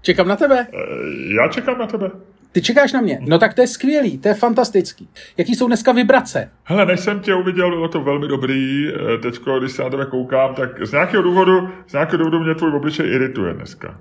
Čekám na tebe. Já čekám na tebe. Ty čekáš na mě. No tak to je skvělý, to je fantastický. Jaký jsou dneska vibrace? Hele, než jsem tě uviděl, bylo to velmi dobrý. Teďko, když se na tebe koukám, tak z nějakého důvodu mě tvůj obličej irituje dneska.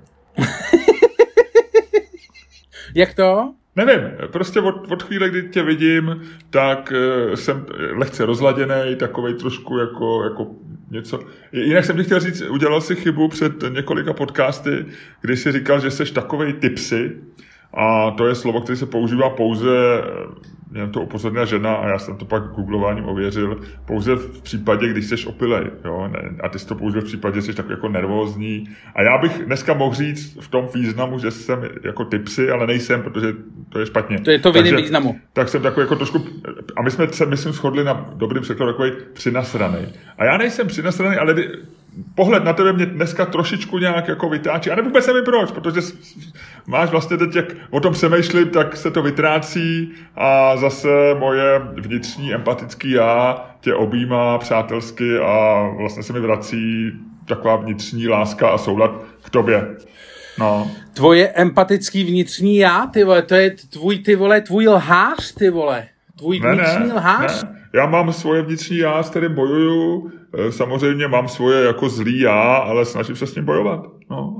Jak to? Nevím, prostě od chvíle, kdy tě vidím, tak jsem lehce rozladěnej, takovej trošku jako něco. Jinak jsem ti chtěl říct, udělal si chybu před několika podcasty, kdy jsi říkal, že jsi takovej tipsy, a to je slovo, které se používá pouze, mě to upozornila žena a já jsem to pak googlováním ověřil, pouze v případě, když jsi opilej, jo, a ty jsi to použil v případě, že jsi takový jako nervózní. A já bych dneska mohl říct v tom významu, že jsem jako tipsy, ale nejsem, protože to je špatně. To je to v jiném významu. Tak jsem takový jako trošku, a my jsme se, myslím, shodli na dobrým překladu, takový přinasranej. A já nejsem přinasranej, ale pohled na tebe mě dneska trošičku nějak jako vytáčí. A vůbec nevím proč, protože máš vlastně teď, jak o tom přemýšlím, tak se to vytrácí a zase moje vnitřní empatický já tě objímá přátelsky a vlastně se mi vrací taková vnitřní láska a soulad k tobě. No. Tvoje empatický vnitřní já, ty vole, to je tvůj lhář, ty vole. Tvůj vnitřní lhář? Ne. Já mám svoje vnitřní já, s kterým bojuju. Samozřejmě mám svoje jako zlý já, ale snažím se s ním bojovat. No.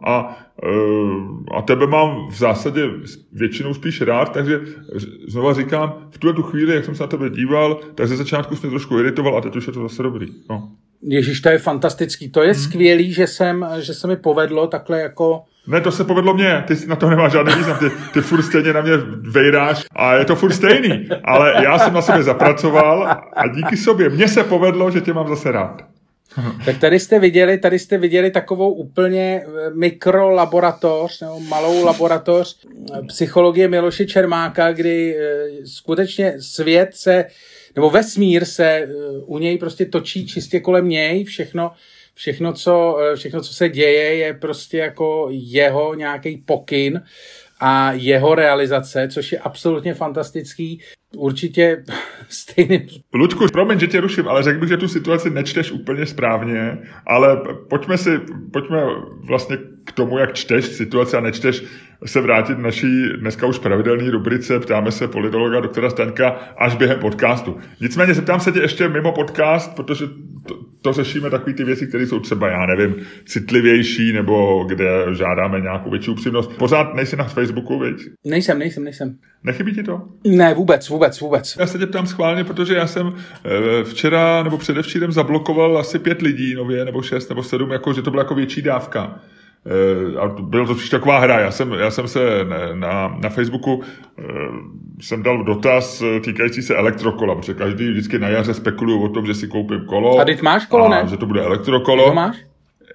A tebe mám v zásadě většinou spíš rád, takže znova říkám, v tuhle tu chvíli, jak jsem se na tebe díval, tak ze začátku jsem trošku iritoval a teď už je to zase dobrý. No. Ježiš, to je fantastický. To je skvělý, že se mi povedlo takhle jako... Ne, to se povedlo mně, ty na to nemáš žádný význam, ty furt stejně na mě vejráš a je to furt stejný, ale já jsem na sobě zapracoval a díky sobě mně se povedlo, že tě mám zase rád. Tak tady jste viděli takovou úplně mikrolaboratoř, nebo malou laboratoř psychologie Miloše Čermáka, kdy skutečně svět se, nebo vesmír se u něj prostě točí čistě kolem něj, všechno, co se děje, je prostě jako jeho nějaký pokyn a jeho realizace, což je absolutně fantastický. Určitě stejný... Luďku, promiň, že tě ruším, ale řekl bych, že tu situaci nečteš úplně správně, ale pojďme vlastně k tomu, jak čteš situaci a nečteš, se vrátit naší dneska už pravidelné rubrice Ptáme se politologa doktora Staňka až během podcastu. Nicméně zeptám se tě ještě mimo podcast, protože to řešíme takové ty věci, které jsou třeba, já nevím, citlivější, nebo kde žádáme nějakou větší upřímnost. Pořád nejsi na Facebooku, viď? Nejsem. Nechybí ti to? Ne, vůbec. Já se tě ptám schválně, protože já jsem včera nebo předevčírem zablokoval asi 5 lidí nově, nebo 6 nebo 7, jako, že to byla jako větší dávka. A bylo to příště taková hra. Já jsem se na Facebooku jsem dal dotaz týkající se elektrokola, protože každý vždycky na jaře spekuluje o tom, že si koupím kolo. A teď máš kolo, ne? Že to bude elektrokolo. To máš?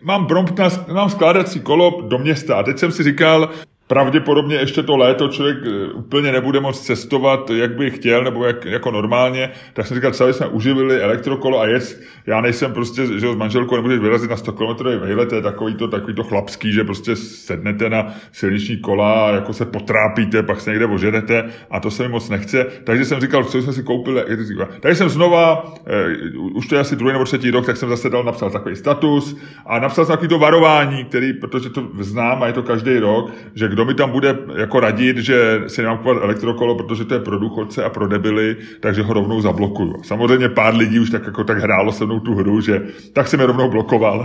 Mám skládací kolo do města a teď jsem si říkal, pravděpodobně ještě to léto člověk úplně nebude moct cestovat, jak by chtěl, nebo jako normálně, tak jsem říkal, třeba jsme uživili elektrokolo a já nejsem prostě, že s manželkou nemůžeš vyrazit na 100 km vejlet, to je takový to chlapský, že prostě sednete na silniční kola a jako se potrápíte, pak se někde ožedete a to se mi moc nechce, takže jsem říkal, co jsme si koupili, takže jsem znova, už to je asi 2. nebo 3. rok, tak jsem zase napsal takový status a napsal jsem takový to varování, protože to znám a je to každý rok, že kdo mi tam bude jako radit, že si nemám kupovat elektrokolo, protože to je pro důchodce a pro debily, takže ho rovnou zablokuju. Samozřejmě pár lidí už tak hrálo se mnou tu hru, že tak jsem je rovnou blokoval.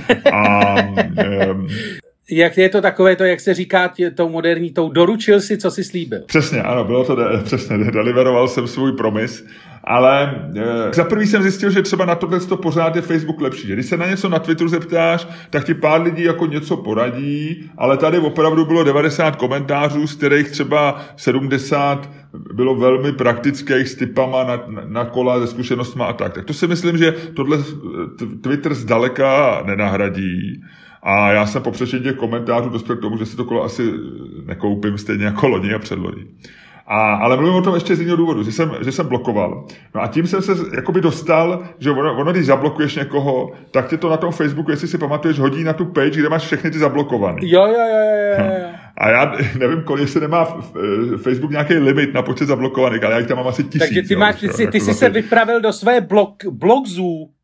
Jak je to takové to, jak se říká tou moderní, doručil si, co si slíbil. Přesně, ano, bylo to přesně, deliveroval jsem svůj promis, ale za prvý jsem zjistil, že třeba na tohle pořád je Facebook lepší, že když se na něco na Twitteru zeptáš, tak ti pár lidí jako něco poradí, ale tady opravdu bylo 90 komentářů, z kterých třeba 70 bylo velmi praktických s tipama na kola, se zkušenostma a tak. Tak to si myslím, že tohle Twitter zdaleka nenahradí. A já jsem po přečtení těch komentářů dospěl k tomu, že si to kolo asi nekoupím stejně jako loni a předloni. Ale mluvím o tom ještě z jiného důvodu, že jsem blokoval. No a tím jsem se jakoby dostal, že ono, když zablokuješ někoho, tak tě to na tom Facebooku, jestli si pamatuješ, hodí na tu page, kde máš všechny ty zablokované. Jo. A já nevím, kolik se nemá Facebook nějaký limit na počet zablokovaných, ale já jich tam mám asi 1000. Takže ty jsi se vypravil do své blogzů.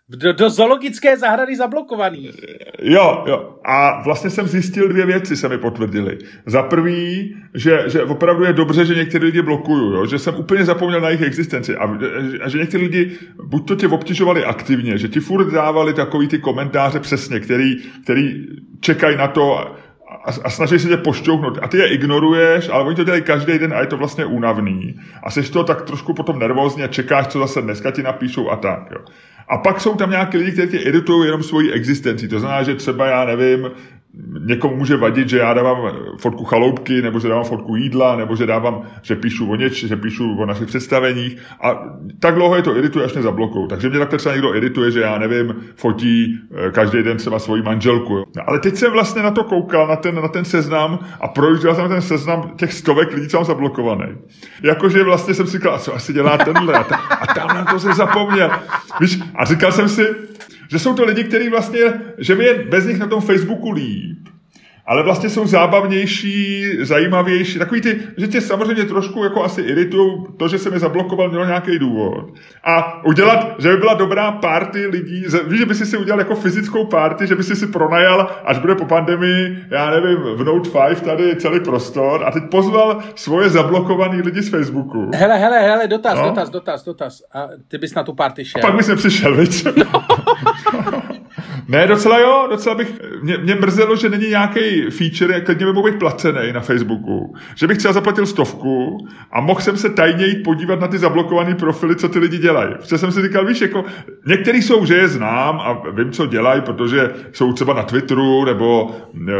Do zoologické zahrady zablokovaný. Jo. A vlastně jsem zjistil 2 věci, se mi potvrdily. Za prvý, že opravdu je dobře, že některé lidi blokují, jo? Že jsem úplně zapomněl na jejich existenci a že někteří lidi buď to tě obtěžovali aktivně, že ti furt dávali takový ty komentáře přesně, který čekají na to a snaží se tě pošťouhnout a ty je ignoruješ, ale oni to dělají každý den a je to vlastně únavný. A seš to tak trošku potom nervózní a čekáš, co zase dneska ti napíšou a tak, jo. A pak jsou tam nějaký lidi, kteří tě iritují jenom svojí existencí. To znamená, že třeba, já nevím, někomu může vadit, že já dávám fotku chaloupky, nebo že dávám fotku jídla, nebo že píšu že píšu o našich představeních. A tak dlouho je to irituje, až mě zablokují. Takže mě takhle třeba někdo irituje, že já nevím, fotí každý den třeba svoji manželku. Jo. No, ale teď jsem vlastně na to koukal, na ten seznam a projížděl jsem ten seznam těch stovek lidí, co mám zablokovaný. Jakože vlastně jsem si říkal, co asi dělá tenhle a tam na to jsem zapomněl. Víš, a říkal jsem si, že jsou to lidi, kteří vlastně, že mi je bez nich na tom Facebooku líp, ale vlastně jsou zábavnější, zajímavější, takový ty, že tě samozřejmě trošku jako asi iritují to, že se mi zablokoval, mělo nějaký důvod. A udělat, že by byla dobrá party lidí, víš, že by si udělal jako fyzickou party, že by si podnajal, až bude po pandemii, já nevím, v Note 5 tady celý prostor a teď pozval svoje zablokovaný lidi z Facebooku. Hele, dotaz. A ty bys na tu party šel. A pak bys nepřišel, viď? No. Ne, docela bych, mě mrzelo, že není nějaký feature, klidně by mohl být placený na Facebooku, že bych třeba zaplatil 100 a mohl jsem se tajně jít podívat na ty zablokované profily, co ty lidi dělají. Protože jsem si říkal, víš, jako některý jsou, že je znám a vím, co dělají, protože jsou třeba na Twitteru, nebo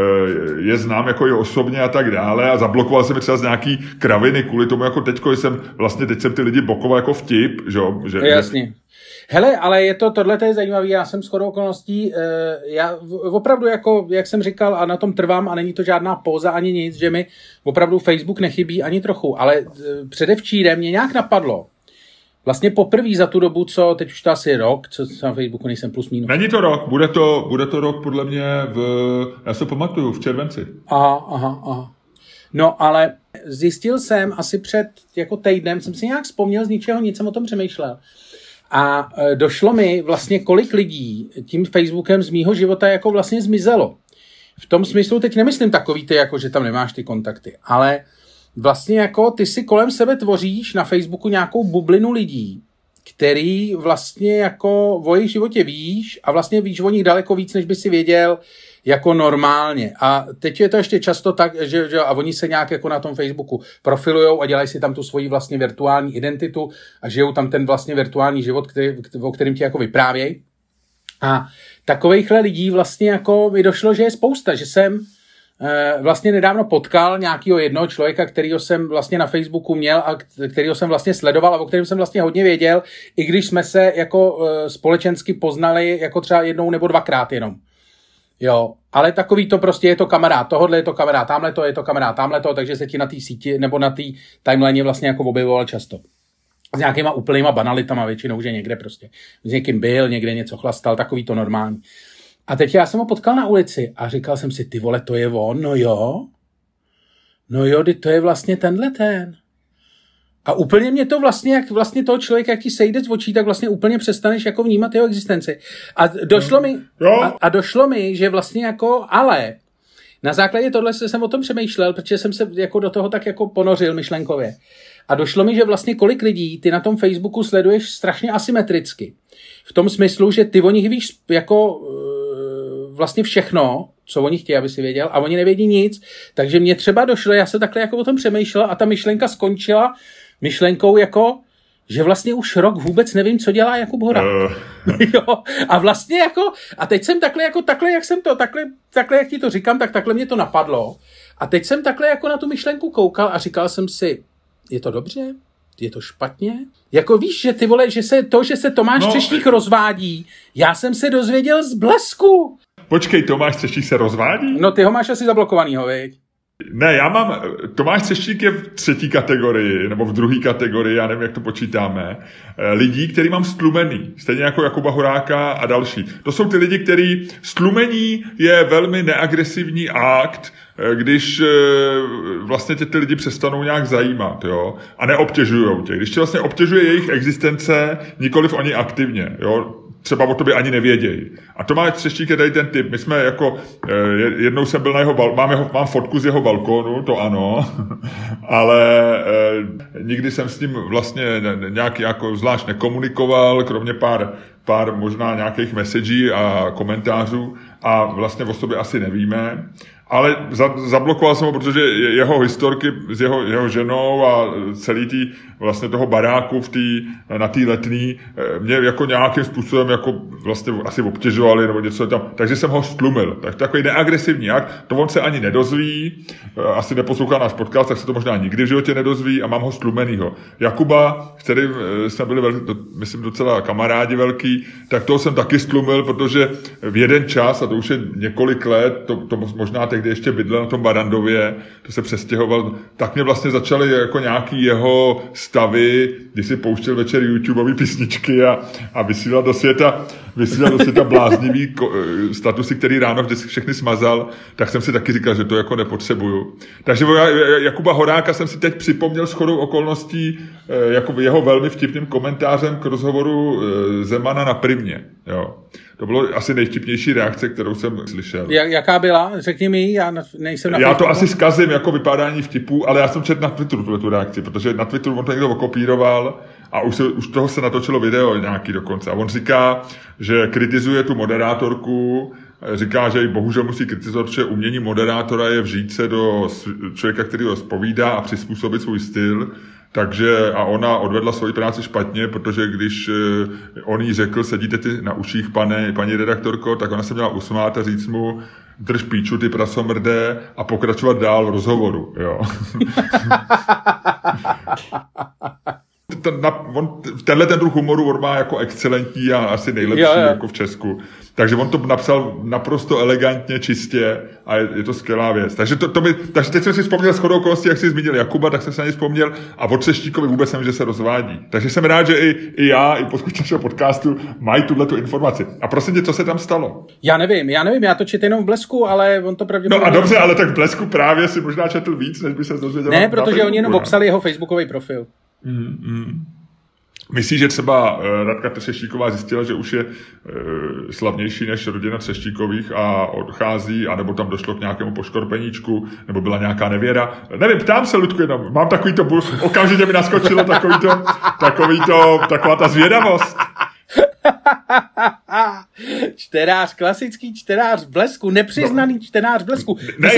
je znám jako i osobně a tak dále a zablokoval jsem je třeba z nějaký kraviny kvůli tomu, jako teď jsem ty lidi blokoval jako vtip, že jasně. Hele, ale tohle je zajímavý, já jsem shodou okolností, já opravdu, jako, jak jsem říkal, a na tom trvám a není to žádná póza ani nic, že mi opravdu Facebook nechybí ani trochu, ale předevčírem mě nějak napadlo, vlastně poprvé za tu dobu, co teď už to asi rok, co na Facebooku nejsem plus minus. Není to rok, bude to rok podle mě já se pamatuju, v červenci. Aha. No, ale zjistil jsem asi před jako týdnem, jsem si nějak vzpomněl z ničeho, nic jsem o tom přemýšlel. A došlo mi vlastně, kolik lidí tím Facebookem z mýho života jako vlastně zmizelo. V tom smyslu teď nemyslím takový ty, jako že tam nemáš ty kontakty, ale vlastně jako ty si kolem sebe tvoříš na Facebooku nějakou bublinu lidí, který vlastně jako o jejich životě víš a vlastně víš o nich daleko víc, než by si věděl jako normálně. A teď je to ještě často tak, že a oni se nějak jako na tom Facebooku profilujou a dělají si tam tu svoji vlastně virtuální identitu a žijou tam ten vlastně virtuální život, o kterým ti jako vyprávějí. A takovejhle lidí vlastně jako mi došlo, že je spousta, že jsem vlastně nedávno potkal nějakého jednoho člověka, kterýho jsem vlastně na Facebooku měl a kterýho jsem vlastně sledoval a o kterém jsem vlastně hodně věděl, i když jsme se jako společensky poznali jako třeba jednou nebo dvakrát jenom. Jo, ale takový to prostě je to kamarád, tohodle je to kamarád, tamhle to je to kamarád, tamhle to, takže se ti na té síti nebo na té timeline vlastně jako objevoval často. S nějakýma úplnýma banalitama většinou, že někde prostě s někým byl, někde něco chlastal, takový to normální. A teď já jsem ho potkal na ulici a říkal jsem si, ty vole, to je on, no jo, to je vlastně tenhle ten. A úplně mě to vlastně, jak vlastně toho člověka, jak ti sejde z očí, tak vlastně úplně přestaneš jako vnímat jeho existenci. A došlo mi, že vlastně jako, ale na základě tohle jsem o tom přemýšlel, protože jsem se jako do toho tak jako ponořil myšlenkově. A došlo mi, že vlastně kolik lidí ty na tom Facebooku sleduješ strašně asymetricky. V tom smyslu, že ty o nich víš jako vlastně všechno, co oni chtějí, aby si věděl, a oni nevědí nic. Takže mě třeba došlo, já se takhle jako o tom přemýšlel a ta myšlenka skončila myšlenkou jako, že vlastně už rok vůbec nevím, co dělá Jakub Hora. Jo, a vlastně jako, a teď jsem takhle, jak jsem to, takhle, jak ti to říkám, tak takhle mě to napadlo. A teď jsem takhle jako na tu myšlenku koukal a říkal jsem si, je to dobře? Je to špatně? Jako víš, že ty vole, že se Tomáš Třeštík rozvádí, já jsem se dozvěděl z Blesku. Počkej, Tomáš Třeštík se rozvádí? No ty ho máš asi zablokovanýho, viď? Ne, Tomáš Třeštík je v 3. kategorii, nebo v 2. kategorii, já nevím, jak to počítáme, lidí, který mám stlumený, stejně jako Jakuba Horáka a další. To jsou ty lidi, který stlumení je velmi neagresivní akt, když vlastně ty lidi přestanou nějak zajímat, jo, a neobtěžujou tě. Když tě vlastně obtěžuje jejich existence, nikoliv oni aktivně, jo. třeba o tobě ani nevědějí. A Tomáš Třeštík je tady ten typ. My jsme jako, jednou jsem byl na jeho mám fotku z jeho balkónu, to ano, ale nikdy jsem s ním vlastně nějak jako zvlášť nekomunikoval, kromě pár možná nějakých messagí a komentářů a vlastně o sobě asi nevíme. Ale zablokoval jsem ho, protože jeho historky s jeho ženou a celý vlastně toho baráku na té Letný mě jako nějakým způsobem jako vlastně asi obtěžovali nebo něco tam. Takže jsem ho stlumil. Tak takový neagresivní jak, to on se ani nedozví, asi neposlouchá náš podcast, tak se to možná nikdy v životě nedozví a mám ho stlumenýho. Jakuba, s kterým jsme byli myslím docela kamarádi velký, tak toho jsem taky stlumil, protože v jeden čas, a to už je několik let, to možná tehdy ještě bydlel na tom Barandově, to se přestěhoval, tak mě vlastně začaly jako nějaký jeho stavy, když si pouštěl večer YouTubeový písničky a vysílal do světa bláznivý statusy, který ráno vždycky všechny smazal, tak jsem si taky říkal, že to jako nepotřebuju. Takže Jakuba Horáka jsem si teď připomněl shodou okolností jako jeho velmi vtipným komentářem k rozhovoru Zemana na Primě. Jo. To bylo asi nejvtipnější reakce, kterou jsem slyšel. Jaká byla? Řekni mi, já nejsem na Já to asi zkazím jako vypadání vtipů, ale já jsem četl na Twitteru tu reakci, protože na Twitteru on to někdo okopíroval a už toho se natočilo video nějaký dokonce. A on říká, že kritizuje tu moderátorku, říká, že bohužel musí kritizovat, protože umění moderátora je vžít se do člověka, který ho zpovídá a přizpůsobit svůj styl. Takže a ona odvedla svoji práci špatně, protože když on jí řekl, sedíte ty na uších, paní redaktorko, tak ona se měla usmát a říct mu, drž píču, ty prasomrdé, a pokračovat dál v rozhovoru. Jo. Tenhle ten druh humoru on má jako excelentní a asi nejlepší jako v Česku. Takže on to napsal naprosto elegantně, čistě a je to skvělá věc. Takže teď jsem si vzpomněl shodou okolností, jak jsi zmínil Jakuba, tak jsem se na něj vzpomněl a o Třeštíkovi vůbec nevím, že se rozvádí. Takže jsem rád, že i já, i posluchači našeho podcastu mají tuhletu informaci. A prosím tě, co se tam stalo? Já nevím, já to četl jenom v Blesku, ale on to pravděpodobně... No a dobře, ale tak v Blesku právě si možná četl víc, než by se dozvěděl. Ne, protože oni jenom popsali jeho facebookový profil. Myslíš, že třeba Radka Třeštíková zjistila, že už je slavnější než rodina Třeštíkových a odchází, anebo tam došlo k nějakému poškorpeníčku, nebo byla nějaká nevěra? Nevím, ptám se, Ludku, jenom mám okamžitě mi naskočilo taková ta zvědavost. Čtenář, klasický čtenář Blesku, nepřiznaný čtenář Blesku. Ne,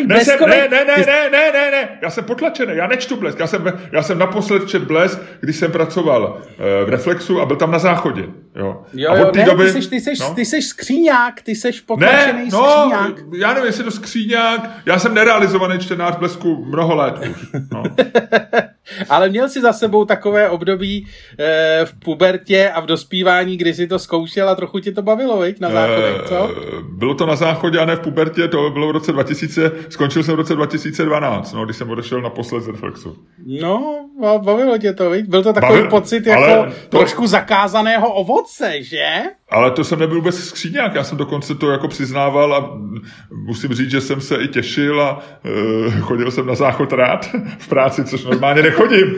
já jsem potlačený, já nečtu Blesk. Já jsem naposled čet Blesk, když jsem pracoval v Reflexu a byl tam na Záchodě. Jo, ty seš skříňák, ty seš potlačený skříňák. Já nevím, jestli to skříňák, já jsem nerealizovaný čtenář Blesku mnoho let už. No. Ale měl jsi za sebou takové období v pubertě a v dospívání, kdy jsi to zkoušel a trochu tě to bavilo, viď, na Záchodě, co? Bylo to na Záchodě a ne v pubertě, to bylo v roce 2000, skončil jsem v roce 2012, no, když jsem odešel naposled z Reflexu. No, bavilo tě to, viď? Byl to takový pocit jako trošku zakázaného ovoce, že? Ale to jsem nebyl vůbec skříňák, já jsem dokonce to jako přiznával a musím říct, že jsem se i těšil a chodil jsem na Záchod rád v práci, což normálně nechodím.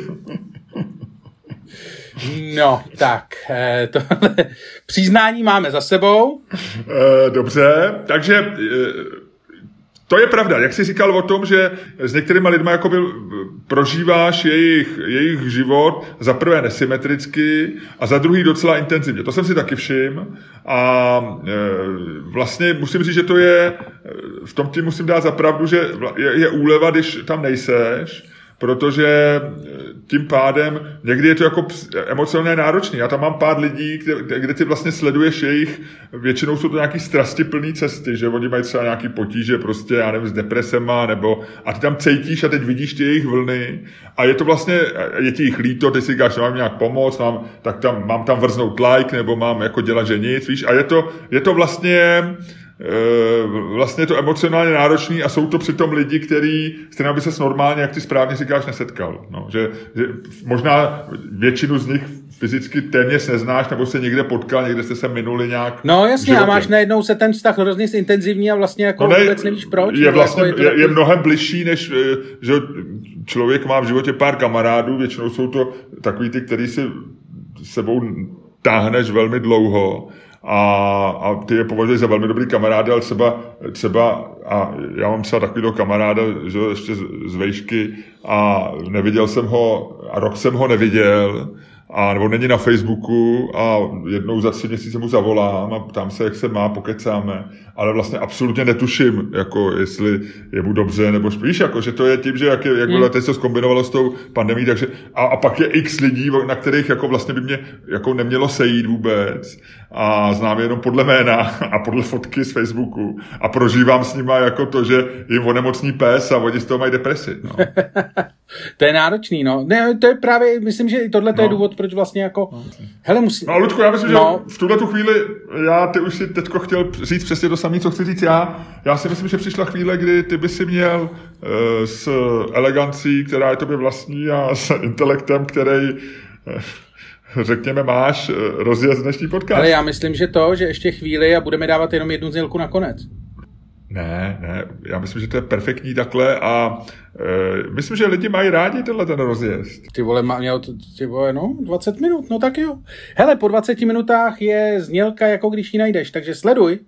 No, tak, tohle přiznání máme za sebou. Dobře, takže to je pravda, jak jsi říkal o tom, že s některými lidmi jakoby prožíváš jejich život za prvé nesymetricky a za druhý docela intenzivně. To jsem si taky všiml a vlastně musím říct, že to je, v tom ti musím dát za pravdu, že je úleva, když tam nejseš, protože tím pádem někdy je to jako emocionálně náročný. Já tam mám pár lidí, kde ty vlastně sleduješ jejich, většinou jsou to nějaký strastiplný cesty, že oni mají třeba nějaký potíže prostě, já nevím, s depresema, nebo a ty tam cítíš a teď vidíš ty jejich vlny a je to vlastně, je ti jich líto, ty si říkáš, že mám nějak pomoct, mám tam vrznout like, nebo mám jako dělat, že nic, víš, a je to vlastně to emocionálně náročný a jsou to přitom lidi, s kterými by ses normálně, jak ty správně říkáš, nesetkal. No, že možná většinu z nich fyzicky téměř neznáš, nebo se někde potkal, někde jste se minuli nějak. No jasně, a máš najednou se ten vztah hrozně intenzivní a vlastně jako vůbec nevíš proč. Je mnohem bližší, než že člověk má v životě pár kamarádů, většinou jsou to takový ty, kteří si sebou táhneš velmi dlouho a ty je považuješ za velmi dobrý kamarády, ale třeba a já mám třeba takovýho kamaráda, že ještě z vejšky a neviděl jsem ho a rok jsem ho neviděl, a nebo není na Facebooku a jednou za 3 měsíce mu zavolám a ptám se, jak se má, pokecáme, ale vlastně absolutně netuším, jako jestli je mu dobře, nebo víš, jako, že to je tím, že jak bylo teď se zkombinovalo s tou pandemí, takže a pak je x lidí, na kterých jako vlastně by mě jako nemělo sejít vůbec a znám je jenom podle jména a podle fotky z Facebooku a prožívám s nima jako to, že jim onemocní pes a oni z toho mají depresi. No. To je náročný, no. Ne, to je právě, myslím, že i tohle to je důvod, proč vlastně jako... Hele, No, Luďku, já myslím, že v tuhletu chvíli, ty už si teďko chtěl říct přesně to samé, co chci říct já. Já si myslím, že přišla chvíle, kdy ty by si měl s elegancí, která je tobě vlastní a s intelektem, který... řekněme, máš rozjezd dnešní podcast. Ale já myslím, že ještě chvíli a budeme dávat jenom jednu znělku nakonec. Ne, já myslím, že to je perfektní takhle a myslím, že lidi mají rádi ten rozjezd. Ty vole, 20 minut, no tak jo. Hele, po 20 minutách je znělka, jako když ji najdeš, takže sleduj.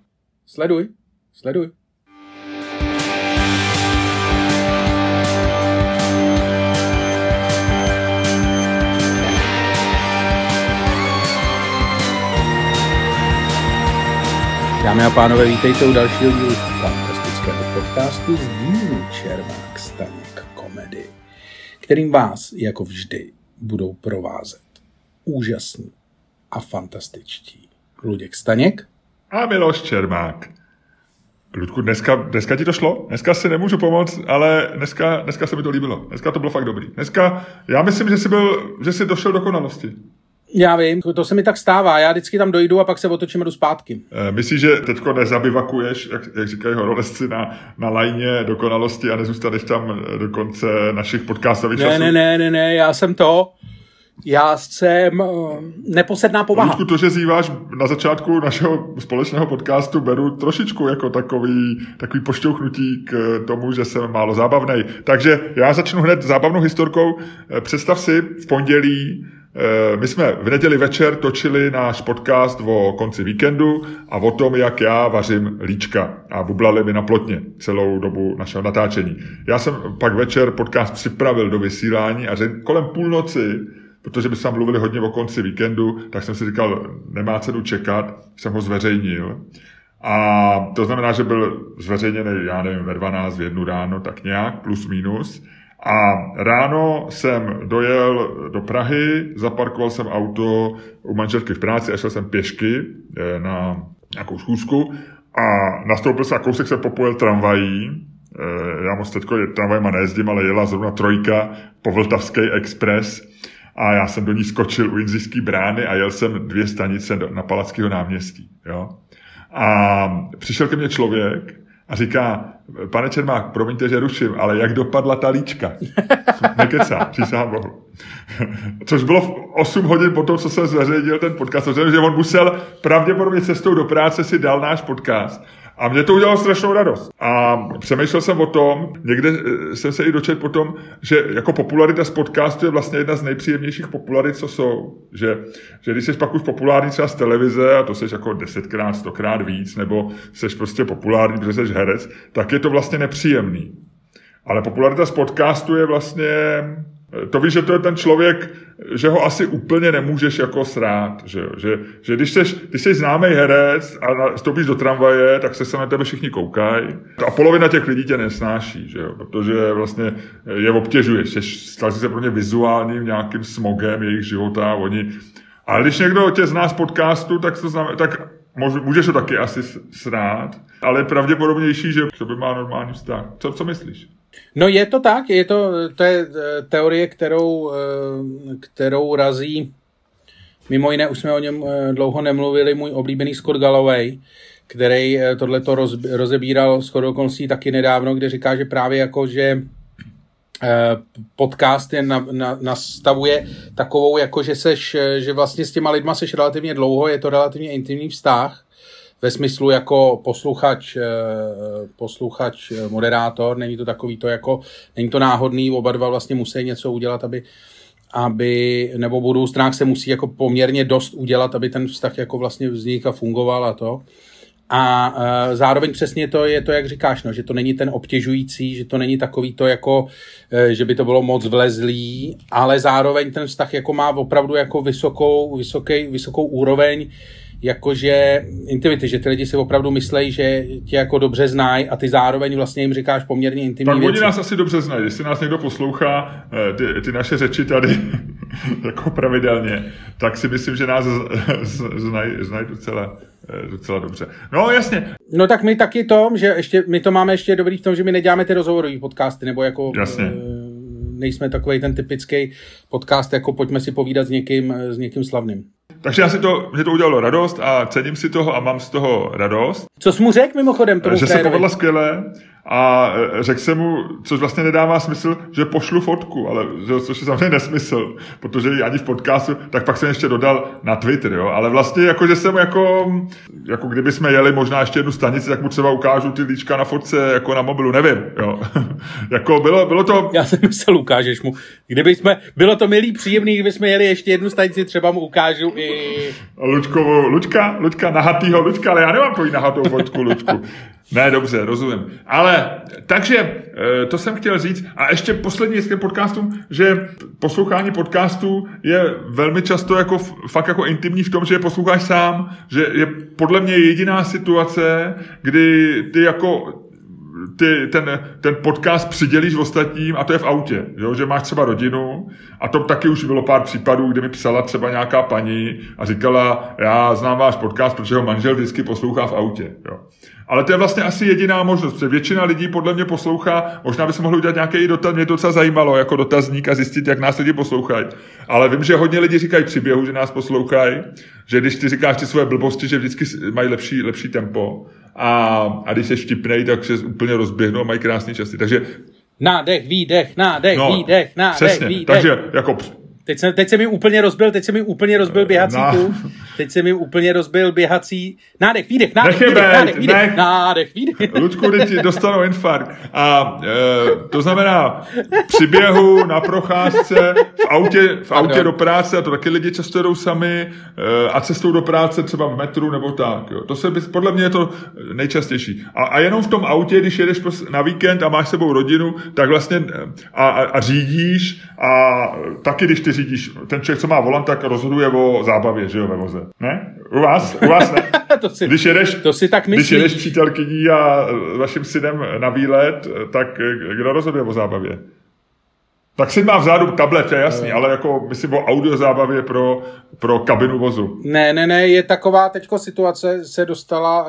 Dámy a pánové, vítejte u dalšího dílu fantastického podcastu z dílu Čermák Staněk Komedy, kterým vás, jako vždy, budou provázet úžasní a fantastičtí Luděk Staněk a Miloš Čermák. Ludku, dneska ti to šlo? Dneska si nemůžu pomoct, ale dneska se mi to líbilo. Dneska to bylo fakt dobrý. Dneska, já myslím, že jsi došel do konalosti. Já vím, to se mi tak stává. Já vždycky tam dojdu a pak se otočím a jdu zpátky. Myslíš, že teďko nezabivakuješ, jak říkají horolezci, na lajně dokonalosti a nezůstaneš tam do konce našich podcastových časů? Ne, já jsem neposedná povaha. Ludku, to, že zýváš na začátku našeho společného podcastu, beru trošičku jako takový pošťouchnutí k tomu, že jsem málo zábavnej. Takže já začnu hned zábavnou historkou. Představ si, v pondělí my jsme v neděli večer točili náš podcast o konci víkendu a o tom, jak já vařím líčka a bublali mi na plotně celou dobu našeho natáčení. Já jsem pak večer podcast připravil do vysílání a kolem půlnoci, protože by jsme mluvili hodně o konci víkendu, tak jsem si říkal, nemá cenu čekat, jsem ho zveřejnil. A to znamená, že byl zveřejněný, já nevím, ve 12, v 1 ráno, tak nějak, plus minus. A ráno jsem dojel do Prahy, zaparkoval jsem auto u manželky v práci a šel jsem pěšky na nějakou schůzku a nastoupil jsem a kousek jsem popojel tramvají. Já moc teďko tramvajma nejezdím, ale jela zrovna 3 po Vltavský Express a já jsem do ní skočil u Jindřišské brány a jel jsem 2 stanice na Palackého náměstí. Jo? A přišel ke mně člověk a říká, pane Čermák, promiňte, že ruším, ale jak dopadla ta líčka? Nekecá, přísahám Bohu. Což bylo v 8 hodin po tom, co jsem zveřejnil ten podcast. Že on musel pravděpodobně cestou do práce si dal náš podcast. A mě to udělalo strašnou radost. A přemýšlel jsem o tom, někde jsem se i dočetl potom, že jako popularita z podcastu je vlastně jedna z nejpříjemnějších popularit, co jsou. Že když jsi pak už populární třeba z televize, a to jsi jako 10krát, 100krát víc, nebo jsi prostě populární, protože jsi herec, tak je to vlastně nepříjemný. Ale popularita z podcastu je vlastně... To víš, že to je ten člověk, že ho asi úplně nemůžeš jako srát, že když jsi známý herec a vstoupíš do tramvaje, tak se na tebe všichni koukají a polovina těch lidí tě nesnáší, že jo? Protože vlastně je obtěžuješ, stal se pro ně vizuálním nějakým smogem jejich života, ale když někdo tě zná z podcastu, tak to znamená, tak můžeš ho taky asi srát, ale je pravděpodobnější, že by má normální vztah. Co myslíš? No je to tak, to je teorie, kterou razí, mimo jiné, už jsme o něm dlouho nemluvili, můj oblíbený Scott Galloway, který tohleto rozebíral shodou okolností taky nedávno, kde říká, že právě jako, že podcast je nastavuje takovou, jako že vlastně s těma lidma seš relativně dlouho, je to relativně intimní vztah, ve smyslu jako posluchač, moderátor, není to takový to jako, není to náhodný, oba dva vlastně musí něco udělat, nebo v obou stranách se musí jako poměrně dost udělat, aby ten vztah jako vlastně vznikl a fungoval a to. A zároveň přesně to je to, jak říkáš, no, že to není ten obtěžující, že to není takový to jako, že by to bylo moc vlezlý, ale zároveň ten vztah jako má opravdu jako vysokou úroveň jakože intimity, že ty lidi si opravdu myslejí, že tě jako dobře znají a ty zároveň vlastně jim říkáš poměrně intimní věci. Tak oni nás asi dobře znají, jestli nás někdo poslouchá ty naše řeči tady jako pravidelně, tak si myslím, že nás znají docela dobře. No jasně. No tak my taky že my to máme ještě dobrý v tom, že my neděláme ty rozhovorový podcasty, nebo jako jasně. Nejsme takovej ten typický podcast, jako pojďme si povídat s někým slavným. Takže mě to udělalo radost a cením si toho a mám z toho radost. Co jsi mu řekl mimochodem tomu že se povedla skvěle a řekl jsem mu, což vlastně nedává smysl, že pošlu fotku, ale což je samozřejmě nesmysl, protože ji ani v podcastu, tak pak jsem ještě dodal na Twitter, jo, ale vlastně jako, že jsem jako kdyby jsme jeli možná ještě jednu stanici, tak mu třeba ukážu ty líčka na fotce jako na mobilu, nevím, jo. Jako bylo to... Já jsem myslel, ukážeš mu. Bylo to milý, příjemný, kdyby jsme jeli ještě jednu stanici, třeba mu ukážu i... Luďka, nahatýho Luďka, ale já nemám tvoji nahatou fotku, Luďku. Ne, dobře, rozumím. Ale, takže, to jsem chtěl říct. A ještě poslední věc k podcastům, že poslouchání podcastů je velmi často jako fakt jako intimní v tom, že je posloucháš sám, že je podle mě jediná situace, kdy ty jako ten podcast přidělíš ostatním a to je v autě, jo? Že máš třeba rodinu a to taky už bylo pár případů, kdy mi psala třeba nějaká paní a říkala, já znám váš podcast, protože ho manžel vždycky poslouchá v autě. Jo? Ale to je vlastně asi jediná možnost, protože většina lidí podle mě poslouchá, možná by se mohli udělat nějaký dotaz, mě to docela zajímalo jako dotazník a zjistit, jak nás lidi poslouchají. Ale vím, že hodně lidí říkají příběhu, že nás poslouchají, že když ty říkáš ty svoje blbosti, že vždycky mají lepší tempo. A když se vtipnej, tak se úplně rozběhnou a mají krásný časy. Takže... Nádech, výdech, výdech. Přesně, takže jako... Teď se mi úplně rozbil běhací kůl. Teď se mi úplně rozbil běhací... Nádech, výdech. Luďku, teď ti dostanou infarkt. A to znamená při běhu, na procházce, v autě do práce, a to taky lidi často jdou sami, a cestou do práce třeba v metru nebo tak. Jo. Podle mě je to nejčastější. A jenom v tom autě, když jedeš na víkend a máš s sebou rodinu, tak vlastně a řídíš a taky, když ty řídíš, ten člověk, co má volant, tak rozhoduje o zábavě, že jo, ve voze. Ne? U vás ne? To si tak myslíš. Když jedeš přítelkyní a vaším synem na výlet, tak kdo rozhoduje o zábavě? Tak syn má vzadu tablet, je jasný, ale jako myslím o audio zábavě pro kabinu vozu. Ne, je taková teďko situace, se dostala,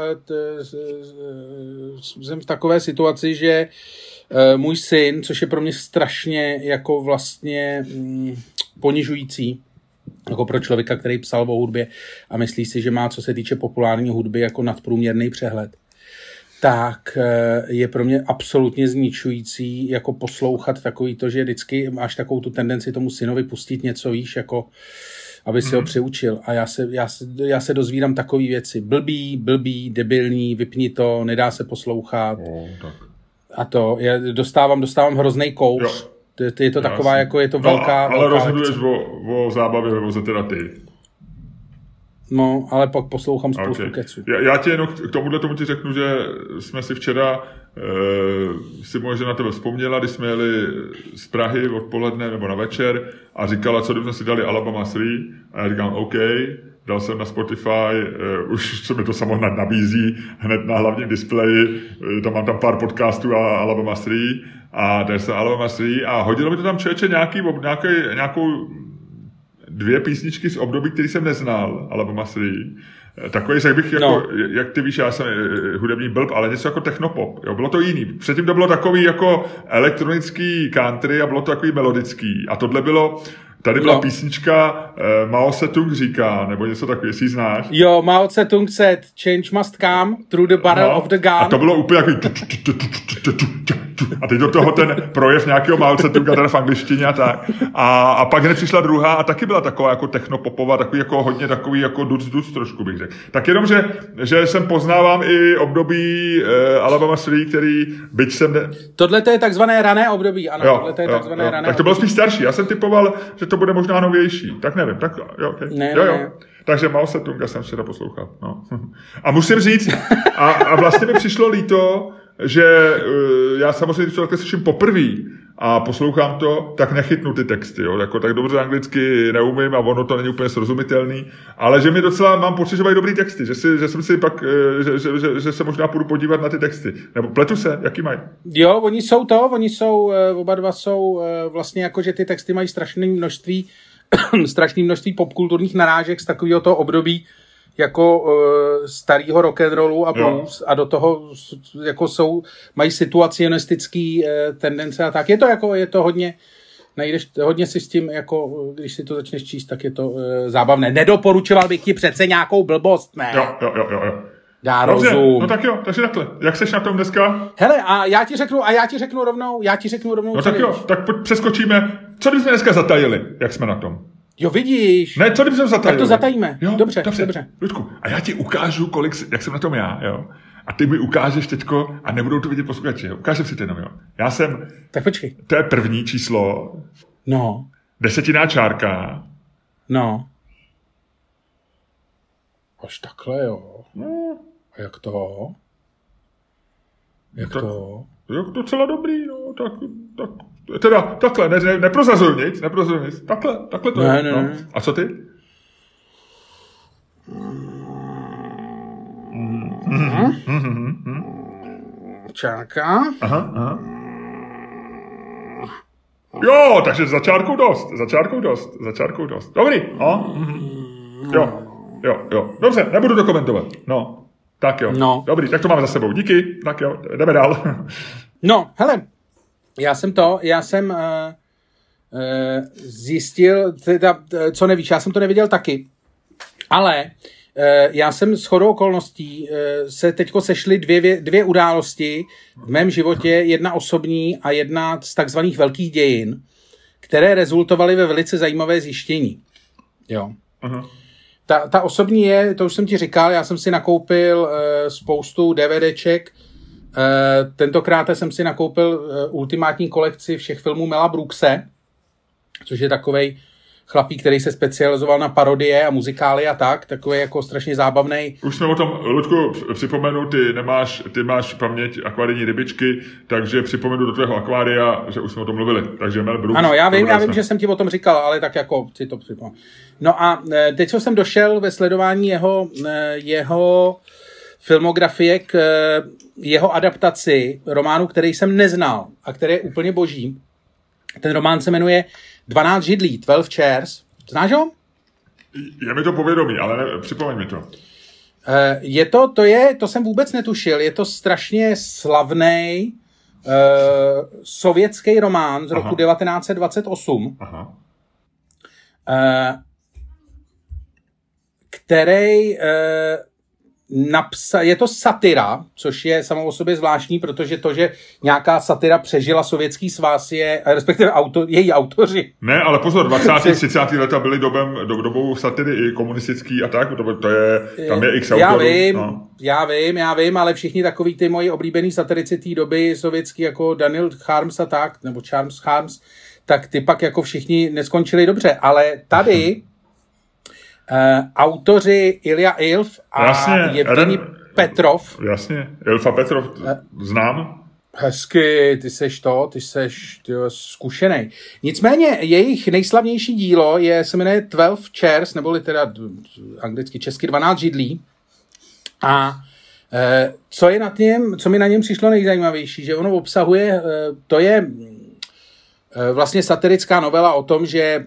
jsem v takové situaci, že můj syn, což je pro mě strašně jako vlastně ponižující, jako pro člověka, který psal o hudbě a myslí si, že má, co se týče populární hudby, jako nadprůměrný přehled, tak je pro mě absolutně zničující jako poslouchat takový to, že vždycky máš takovou tu tendenci tomu synovi pustit něco, víš, jako aby si ho přiučil. A já se dozvídám takový věci. Blbý, debilní, vypni to, nedá se poslouchat. Tak. A to, já dostávám hroznej kouř. Je to taková, jako je to velká... Ale rozhoduješ o zábavě ve voze teda ty. No, ale pak poslouchám spoustu keců. Já ti jenom k tomu ti řeknu, že jsme si včera, si možná na tebe vzpomněla, když jsme jeli z Prahy odpoledne nebo na večer a říkala, co kdybychom si dali Alabama 3 a já říkám, OK, dal jsem na Spotify, už se mi to samo nabízí hned na hlavním displeji, mám tam pár podcastů a Alabama 3 a dal jsem Alabama 3 a hodilo mi to tam člověče nějakou 2 písničky z období, který jsem neznal, Alabama 3. Takový, řekl bych, jako, jak ty víš, já jsem hudební blb, ale něco jako technopop. Jo, bylo to jiný. Předtím to bylo takový jako elektronický country a bylo to takový melodický. A tohle bylo, tady byla písnička Mao Tse-tung říká, nebo něco takového, jestli ji znáš. Jo, Mao Tse-tung said, change must come through the barrel of the gun. A to bylo úplně jako A teď do toho ten projev nějakého Mao Tse-tunga teda v angličtině a tak. A pak hned přišla druhá a taky byla taková jako technopopová, takový jako hodně takový jako duc trošku bych řekl. Tak jenom, že jsem poznávám i období Alabama 3, který byť jsem... Tohle to je takzvané rané období, ano. Tohle to je takzvané rané tak to bylo spíš starší. Já jsem typoval, že to bude možná novější. Tak nevím. Tak jo, okay. Ne. Takže Mao Tse-tunga jsem včera poslouchal. No. A musím říct, a vlastně mi přišlo líto, že já samozřejmě, když to takhle slyším poprvé a poslouchám to, tak nechytnu ty texty. Jo? Jako, tak dobře anglicky neumím a ono to není úplně srozumitelný, ale že mi docela mám pocit, že mají dobrý texty, že jsem si pak, že se možná půjdu podívat na ty texty. Nebo pletu se, jaký mají? Jo, oni jsou, oba dva jsou vlastně jako, že ty texty mají strašné množství popkulturních narážek z takového toho období, jako starýho rock'n'rollu a blues a do toho jako mají situacionistický tendence a tak. Je to hodně, hodně si s tím, jako, když si to začneš číst, tak je to zábavné. Nedoporučoval bych ti přece nějakou blbost, ne? Jo. Já rozumím. No tak jo, takže takhle. Jak seš na tom dneska? Hele, a já ti řeknu rovnou. No tak jo, tak přeskočíme. Co kdybychom dneska zatajili, jak jsme na tom? Jo, vidíš. Ne, co kdybychom zatajili? Tak to zatajíme. Jo, dobře. Ludku, a já ti ukážu, jak jsem na tom já, jo. A ty mi ukážeš teďko, a nebudou to vidět posluchači, jo. Ukážem si to jenom, jo. Já jsem... Tak počkej. To je první číslo. No. Desetinná čárka. No. Až takhle, jo. No. A jak to? Jo, docela dobrý, no, tak teda, takhle, neprozrazuju nic, takhle to ne, je. No. A co ty? Čárka. Aha. Jo, takže za čárkou dost. Dobrý, no. Jo. Dobře, nebudu to komentovat, no. Tak jo, no. Dobrý, tak to máme za sebou. Díky, tak jo, jdeme dál. No, hele, já jsem zjistil, teda, co nevíš, já jsem to neviděl taky, ale já jsem shodou okolností se teďko sešly dvě události v mém životě, jedna osobní a jedna z takzvaných velkých dějin, které rezultovaly ve velice zajímavé zjištění. Jo. Uh-huh. Ta osobní je, to už jsem ti říkal, já jsem si nakoupil spoustu DVDček, tentokrát jsem si nakoupil ultimátní kolekci všech filmů Mela Brookse, což je takovej chlapík, který se specializoval na parodie a muzikály a tak, takový jako strašně zábavnej. Už jsme o tom, Ludku, připomenu, ty máš paměť akvárijní rybičky, takže připomenu do tvého akvária, že už jsme o tom mluvili. Takže Mel Brooks. Ano, já vím, že jsem ti o tom říkal, ale tak jako si to připomenu. No a teď jsem došel ve sledování jeho filmografie k jeho adaptaci románu, který jsem neznal a který je úplně boží. Ten román se jmenuje 12 židlí, 12 chairs. Znáš ho? Je mi to povědomí, ale připomeň mi to. To jsem vůbec netušil. Je to strašně slavný sovětský román z roku 1928, který je to satira, což je samo o sobě zvláštní, protože to, že nějaká satira přežila Sovětský svaz, je, respektive její autoři. Ne, ale pozor, 20. 30. leta byly dobou satiry i komunistický a tak, to je, tam je x autorů. Já vím, ale všichni takový ty moji oblíbený satirici té doby sovětský, jako Daniel Harms a tak, nebo Charles Harms, tak ty pak jako všichni neskončili dobře, ale tady autoři Ilja Ilf a Evgenij Petrov. Jasně, Ilf a Petrov znám. Hezky, ty seš zkušenej. Nicméně jejich nejslavnější dílo se jmenuje 12 chairs, neboli teda anglicky česky 12 židlí. A co mi na něm přišlo nejzajímavější, že ono obsahuje, to je vlastně satirická novela o tom, že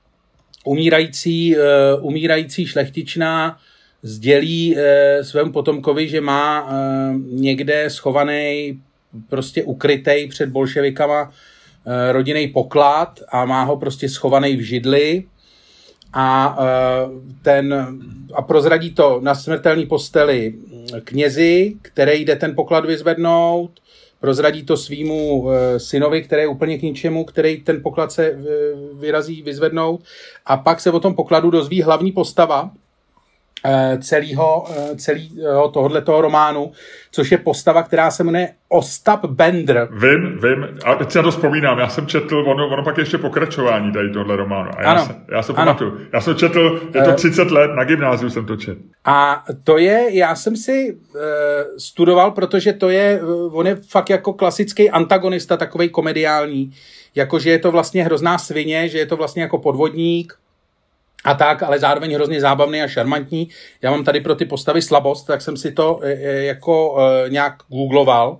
umírající šlechtičná sdělí svému potomkovi, že má někde schovaný, prostě ukrytej před bolševikama rodinný poklad a má ho prostě schovaný v židli a prozradí to na smrtelné posteli knězi, který jde ten poklad vyzvednout, prozradí to svýmu synovi, který je úplně k ničemu, který ten poklad se vyrazí vyzvednout a pak se o tom pokladu dozví hlavní postava celého tohoto románu, což je postava, která se jmenuje Ostap Bender. Vím. A teď si na to vzpomínám. Já jsem četl, ono pak ještě pokračování tady tohle románu. A já se pamatuju. Já jsem četl, je to 30 let, na gymnáziu jsem to četl. A to je, já jsem si studoval, protože on je fakt jako klasický antagonista, takovej komediální. Jakože je to vlastně hrozná svině, že je to vlastně jako podvodník, a tak, ale zároveň hrozně zábavný a šarmantní. Já mám tady pro ty postavy slabost, tak jsem si to jako nějak googloval.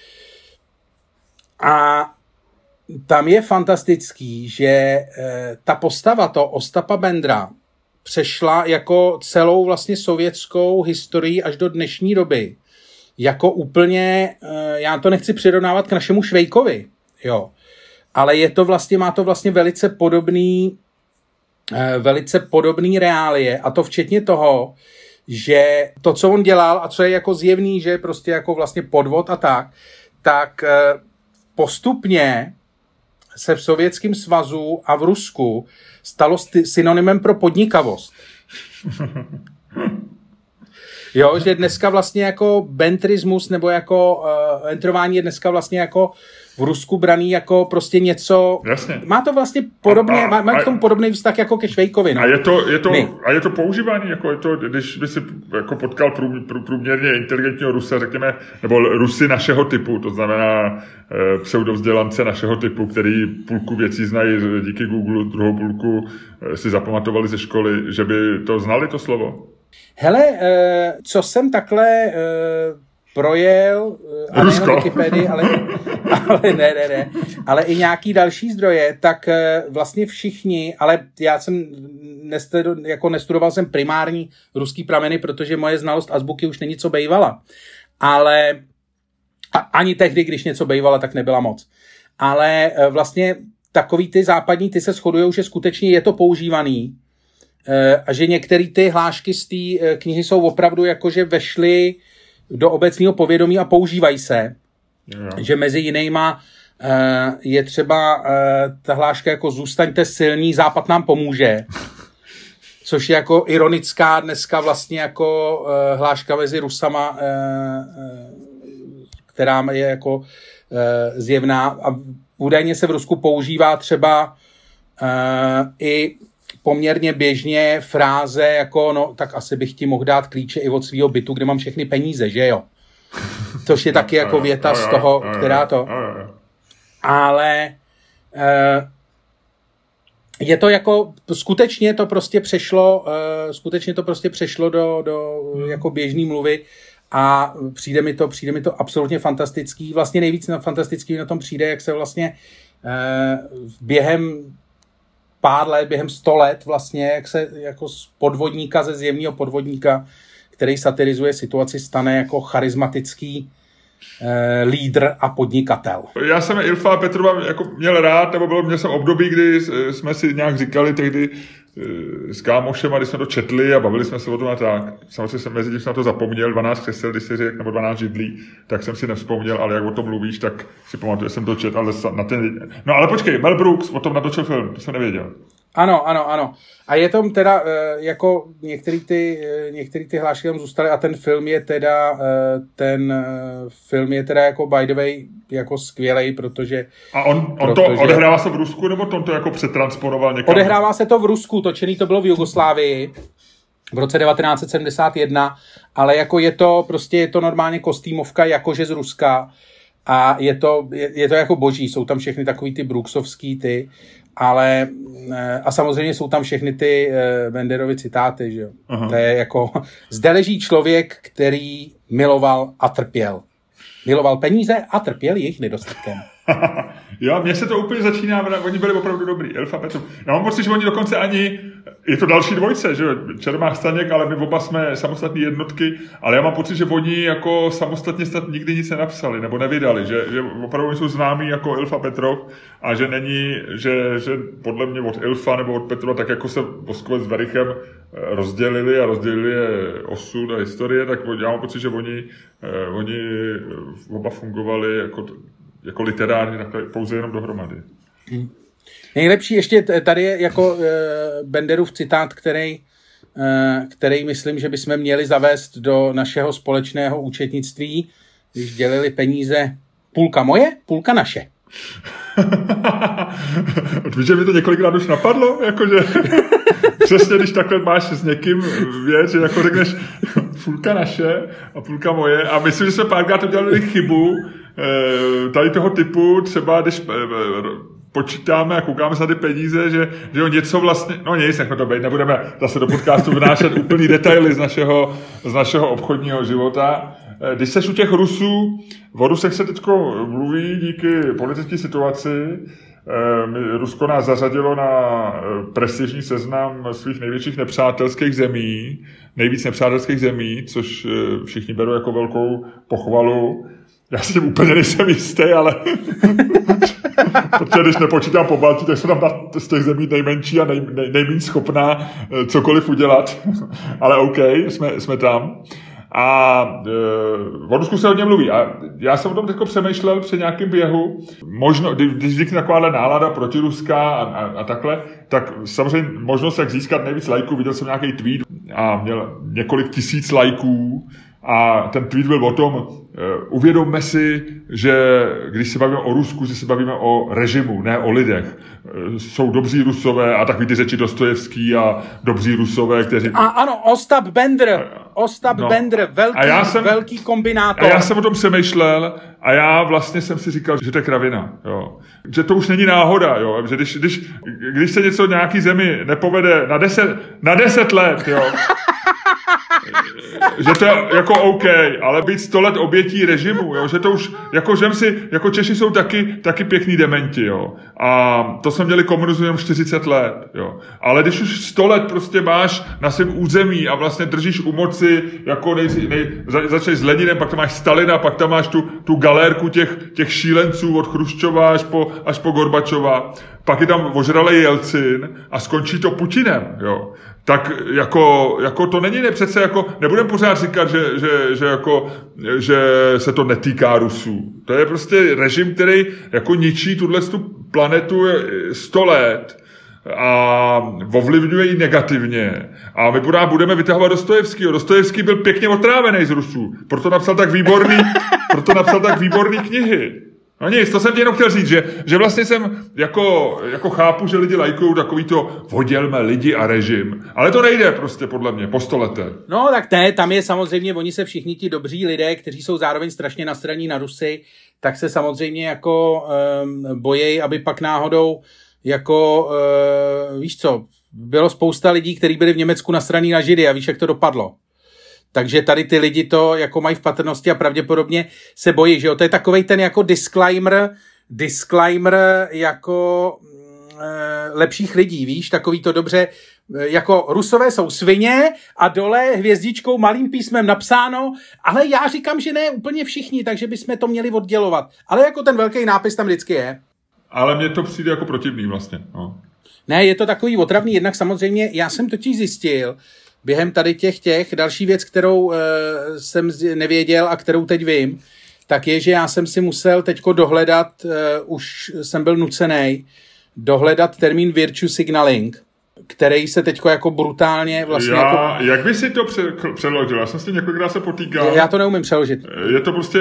A tam je fantastický, že ta postava, to Ostapa Bendra, přešla jako celou vlastně sovětskou historii až do dnešní doby. Jako úplně, já to nechci přirovnávat k našemu Švejkovi, jo. Ale je to vlastně, má to vlastně velice podobný reálie, a to včetně toho, že to, co on dělal a co je jako zjevný, že je prostě jako vlastně podvod a tak postupně se v Sovětském svazu a v Rusku stalo synonymem pro podnikavost. Jo, že dneska vlastně jako bentrismus nebo jako entrování je dneska vlastně jako v Rusku braný jako prostě něco. Jasně. Má to vlastně podobně, má k tomu podobný vztah jako ke Švejkovi. No. A je to používaný, jako je to, když by si jako potkal průměrně inteligentního Rusa, řekněme, nebo Rusy našeho typu, to znamená pseudovzdělance našeho typu, který půlku věcí znají díky Google, druhou půlku si zapamatovali ze školy, že by to znali to slovo. Hele, co jsem takhle projel, a nejen Wikipedii, ale ne, ale i nějaký další zdroje, tak vlastně všichni, ale já jsem nestudoval jsem primární ruský prameny, protože moje znalost azbuky už není co bejvala. Ale ani tehdy, když něco bejvala, tak nebyla moc. Ale vlastně takový ty západní, ty se shodujou, že skutečně je to používaný a že některé ty hlášky z té knihy jsou opravdu jakože vešly do obecného povědomí a používají se. Že mezi jinýma je třeba ta hláška jako zůstaňte silní, Západ nám pomůže. Což je jako ironická dneska vlastně jako hláška mezi Rusama, která je jako zjevná. A údajně se v Rusku používá třeba i poměrně běžně fráze jako no, tak asi bych ti mohl dát klíče i od svýho bytu, kde mám všechny peníze, že jo? Což je taky jako věta z toho, která to... Ale je to jako... Skutečně to prostě přešlo do jako běžný mluvy a přijde mi to absolutně fantastický. Vlastně nejvíc fantastický na tom přijde, jak se vlastně během pár let, během 100 let vlastně, jak se jako z podvodníka, ze zjevného podvodníka, který satirizuje situaci, stane jako charismatický lídr a podnikatel. Já jsem Ilfa Petrova jako měl rád, nebo měl jsem období, kdy jsme si nějak říkali tehdy s kámošem, a když jsme to četli a bavili jsme se o tom a tak. Samozřejmě jsem mezi tím na to zapomněl, 12 křesel, když si řekl, nebo 12 židlí, tak jsem si nevzpomněl, ale jak o tom mluvíš, tak si pamatuju, že jsem to četl, ale na ten... No ale počkej, Mel Brooks o tom natočil film, to jsem nevěděl. Ano. A je tam teda jako některý ty hlášky tam zůstaly a ten film je teda jako by the way jako skvělej, protože... A on to odehrává se v Rusku, nebo on to jako přetransponoval někam? Odehrává se to v Rusku, točený to bylo v Jugoslávii v roce 1971, ale jako je to normálně kostýmovka jakože z Ruska a je to jako boží, jsou tam všechny takový ty Brooksovský ty, ale a samozřejmě jsou tam všechny ty Benderovy citáty, že jo. Aha. To je jako zde leží člověk, který miloval a trpěl. Miloval peníze a trpěl jejich nedostatkem. Jo, mně se to úplně začíná, oni byli opravdu dobrý, Elf a Petrov. Já mám pocit, že oni dokonce ani, je to další dvojce, že Čermák, Staněk, ale my oba jsme samostatné jednotky, ale já mám pocit, že oni jako samostatně snad nikdy nic nenapsali, nebo nevydali, že opravdu jsou známí jako Elf a Petrov a že není, že podle mě od Elfa nebo od Petrova, tak jako se Voskovec s Werichem rozdělili je osud a historie, tak já mám pocit, že oni oba fungovali jako literárně, pouze jenom dohromady. Nejlepší ještě tady je jako Benderův citát, který myslím, že bychom měli zavést do našeho společného účetnictví, když dělili peníze půlka moje, půlka naše. Víš, že mi to několikrát už napadlo, jakože přesně, když takhle máš s někým věc, že jako řekneš půlka naše a půlka moje a myslím, že jsme párkrát udělali chybu tady toho typu, třeba když počítáme a koukáme se na ty peníze, že jo, něco vlastně, no nic, nechme to být, nebudeme zase do podcastu vnášet úplný detaily z našeho obchodního života. Když seš u těch Rusů, o Rusech se teďko mluví díky politické situaci. Rusko nás zařadilo na prestižní seznam svých největších nejvíc nepřátelských zemí, což všichni berou jako velkou pochvalu. Já si tím úplně nejsem jistý, ale protože když nepočítám po Baltii, tak jsou tam z těch zemí nejmenší a nejméně schopná cokoliv udělat. Ale OK, jsme tam. A o Rusku se hodně mluví. A já jsem o tom teď přemýšlel při nějakém běhu. Možno, když vznikne takováhle nálada protiruská a takhle, tak samozřejmě možnost, jak získat nejvíc lajků. Viděl jsem nějaký tweet a měl několik tisíc lajků. A ten tweet byl o tom, uvědomme si, že když se bavíme o Rusku, že se bavíme o režimu, ne o lidech. Jsou dobří Rusové a takový ty řeči Dostojevský a dobří Rusové, kteří... A ano, Ostap Bender, velký kombinátor. A já jsem o tom přemýšlel a já vlastně jsem si říkal, že to je kravina. Jo. Že to už není náhoda. Jo. Že když se něco nějaký zemi nepovede na 10 let, jo, že to je jako OK, ale být 100 let obětí režimu, jo, že to už, jako Češi jsou taky pěkný dementi, jo. A to jsme měli komunismu jenom 40 let, jo. Ale když už 100 let prostě máš na svém území a vlastně držíš u moci, jako začneš s Leninem, pak tam máš Stalina, pak tam máš tu galérku těch šílenců od Chruščova až po Gorbačova, pak je tam ožralej Jelcin a skončí to Putinem, jo. Tak jako to není přece jako, nebudeme pořád říkat, že se to netýká Rusů. To je prostě režim, který jako ničí tu planetu 100 let a ovlivňuje ji negativně. A my budeme vytahovat Dostojevskýho. Dostojevský byl pěkně otrávený z Rusů, proto napsal tak výborný knihy. No nic, to jsem ti jenom chtěl říct, že vlastně jsem jako chápu, že lidi lajkují takový to oddělme lidi a režim. Ale to nejde prostě podle mě, po 100 letech. No tak ne, tam je samozřejmě, oni se všichni ti dobří lidé, kteří jsou zároveň strašně nastraní na Rusy, tak se samozřejmě jako bojejí, aby pak náhodou jako, víš co, bylo spousta lidí, kteří byli v Německu nastraní na Židy a víš, jak to dopadlo. Takže tady ty lidi to jako mají v patrnosti a pravděpodobně se bojí, že jo. To je takovej ten jako disclaimer jako lepších lidí, víš, takový to dobře, jako Rusové jsou svině a dole hvězdičkou malým písmem napsáno, ale já říkám, že ne úplně všichni, takže bychom to měli oddělovat. Ale jako ten velký nápis tam vždycky je. Ale mně to přijde jako protivný vlastně, no. Ne, je to takový otravný, jednak samozřejmě, já jsem totiž zjistil, během tady těch další věc, kterou jsem nevěděl a kterou teď vím, tak je, že já jsem si musel teďko dohledat, už jsem byl nucený dohledat termín virtue signaling, který se teďko jako brutálně vlastně Jak by si to přeložil? Já jsem s tím několikrát se potýkal. Já to neumím přeložit. Je to prostě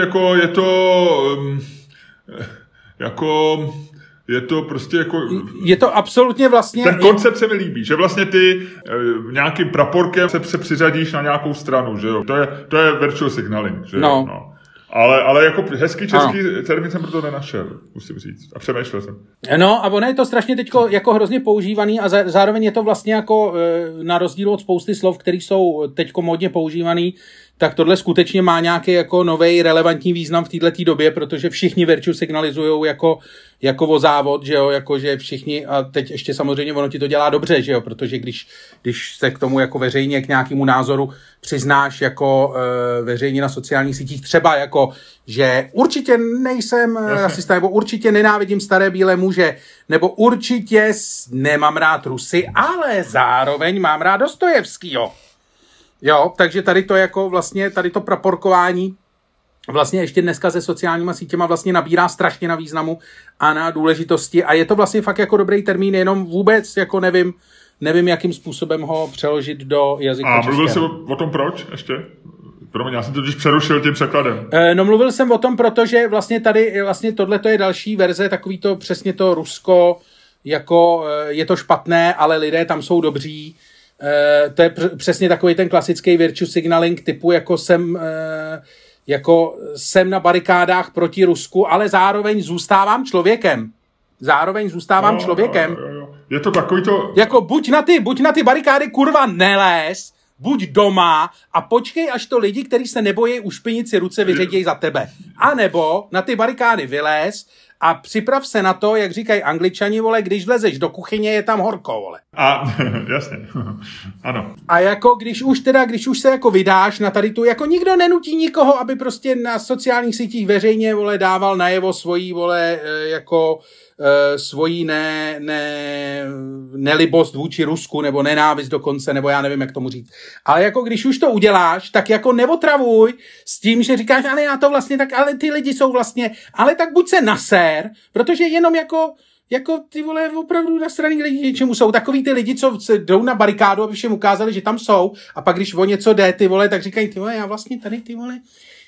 Je to absolutně vlastně... Ten koncept se mi líbí, že vlastně ty nějakým praporkem se přiřadíš na nějakou stranu, že jo? To je virtual signaling, že jo? No. Ale jako hezký český termín jsem proto nenašel, musím říct. A přemýšlel jsem. No a ono je to strašně teďko jako hrozně používaný a zároveň je to vlastně jako na rozdíl od spousty slov, které jsou teďko modně používaný, tak tohle skutečně má nějaký jako novej relevantní význam v této době, protože všichni virtue signalizujou jako o závod, že jo, jakože všichni, a teď ještě samozřejmě ono ti to dělá dobře, že jo, protože když se k tomu jako veřejně k nějakému názoru přiznáš jako veřejně na sociálních sítích, třeba jako, že určitě nejsem rasista, nebo určitě nenávidím staré bílé muže, nebo určitě nemám rád Rusy, ale zároveň mám rád Dostojevskýho. Jo, takže tady to jako vlastně, tady to proporkování vlastně ještě dneska se sociálníma sítěma vlastně nabírá strašně na významu a na důležitosti a je to vlastně fakt jako dobrý termín, jenom vůbec jako nevím jakým způsobem ho přeložit do jazyka českého. A mluvil jsi o tom proč ještě? Promiň, já jsem to totiž přerušil tím překladem. No mluvil jsem o tom, protože vlastně tady, vlastně tohleto je další verze, takový to přesně to Rusko, jako je to špatné, ale lidé tam jsou dobří. To je přesně takový ten klasický virtue signaling typu, jako jsem na barikádách proti Rusku, ale zároveň zůstávám člověkem. Je to takový to... Jako buď na ty barikády kurva neléz, buď doma a počkej, až to lidi, kteří se nebojí ušpinit si ruce, vyředějí za tebe. A nebo na ty barikády vyléz a připrav se na to, jak říkají Angličani, vole, když vlezeš do kuchyně, je tam horko, vole. A jasně, ano. A jako když už se jako vydáš na tady tu, jako nikdo nenutí nikoho, aby prostě na sociálních sítích veřejně, vole, dával najevo svojí, vole, jako svojí nelibost vůči Rusku, nebo nenávist dokonce, nebo já nevím, jak tomu říct. Ale jako když už to uděláš, tak jako neotravuj s tím, že říkáš, ale já to vlastně tak, ale ty lidi jsou vlastně, ale tak buď se nasér, protože jenom jako ty vole opravdu nasraný lidi čemu jsou. Takový ty lidi, co se jdou na barikádu, aby všem ukázali, že tam jsou, a pak když o něco jde, ty vole, tak říkají, ty vole, já vlastně tady, ty vole,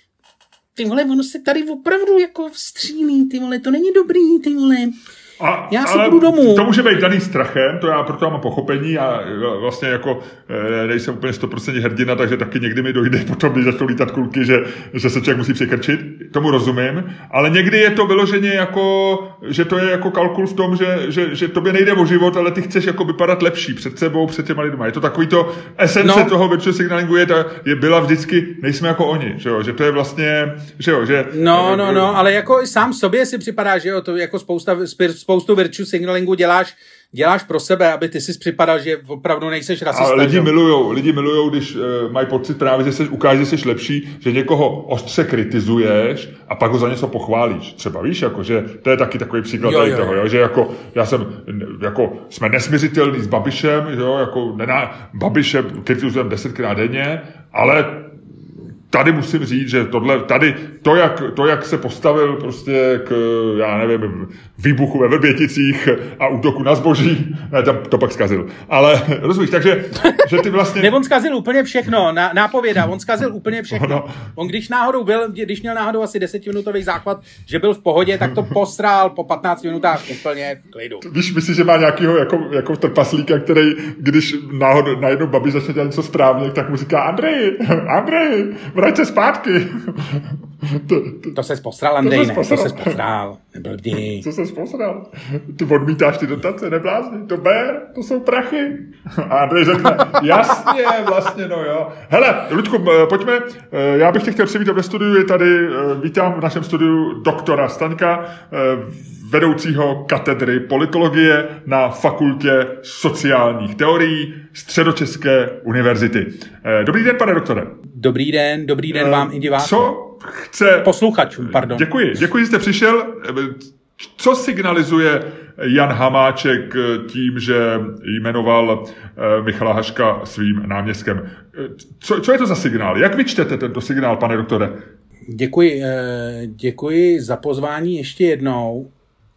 ono se tady opravdu jako střílí, ty vole, to není dobrý, ty vole. Já si půjdu domů. To může být daný strachem, to já proto mám pochopení a vlastně jako nejsem úplně 100% hrdina, takže taky někdy mi dojde potom, když začnou lítat kulky, že se člověk musí překrčit. Tomu rozumím, ale někdy je to vyloženě jako, že to je jako kalkul v tom, že tobě nejde o život, ale ty chceš jako vypadat lepší před sebou, před těma lidma. Je to takový to esence toho virtual signalingu byla vždycky, nejsme jako oni, že to je vlastně, že ale jako sám sobě si připadá, že jo, to jako spoustu virtue signalingu děláš pro sebe, aby ty si připadal, že opravdu nejseš rasista. Ale lidi milujou, když mají pocit právě, že ukážeš, že jsi lepší, že někoho ostře kritizuješ a pak ho za něco pochválíš. Třeba víš, jako, že to je taky takový příklad toho, jo, že jako jsme nesmiřitelní s Babišem, jo, jako Babiše kritizujeme 10krát denně, ale tady musím říct, že to, jak se postavil prostě k, já nevím, výbuchu ve Vrběticích a útoku na zboží, ne, to pak zkazil. Ale rozumíš, takže že ty vlastně... Ne, on zkazil úplně všechno, nápověda, on zkazil úplně všechno. On když měl náhodou asi 10minutový záchvat, že byl v pohodě, tak to posral po 15 minutách úplně v klidu. Víš, myslíš, že má nějakýho jako trpaslíka, který, když najednou Babiš začne dělat něco správně, tak mu říká Andrej, vrať se zpátky. To se posral, Andrej, ne, to se posral. Nebyl vždy. Co se posral? Ty odmítáš ty dotace, neblázni, to ber, to jsou prachy. A Andrej řekne, jasně, vlastně, no jo. Hele, Luďku, pojďme, já bych tě chtěl přivítat ve studiu, vítám v našem studiu doktora Staňka, vedoucího katedry politologie na fakultě sociálních teorií Středočeské univerzity. Dobrý den, pane doktore. Dobrý den vám i divákům. Co chce... Posluchačům, pardon. Děkuji, že jste přišel. Co signalizuje Jan Hamáček tím, že jmenoval Michala Haška svým náměstkem? Co je to za signál? Jak vyčtete tento signál, pane doktore? Děkuji za pozvání ještě jednou.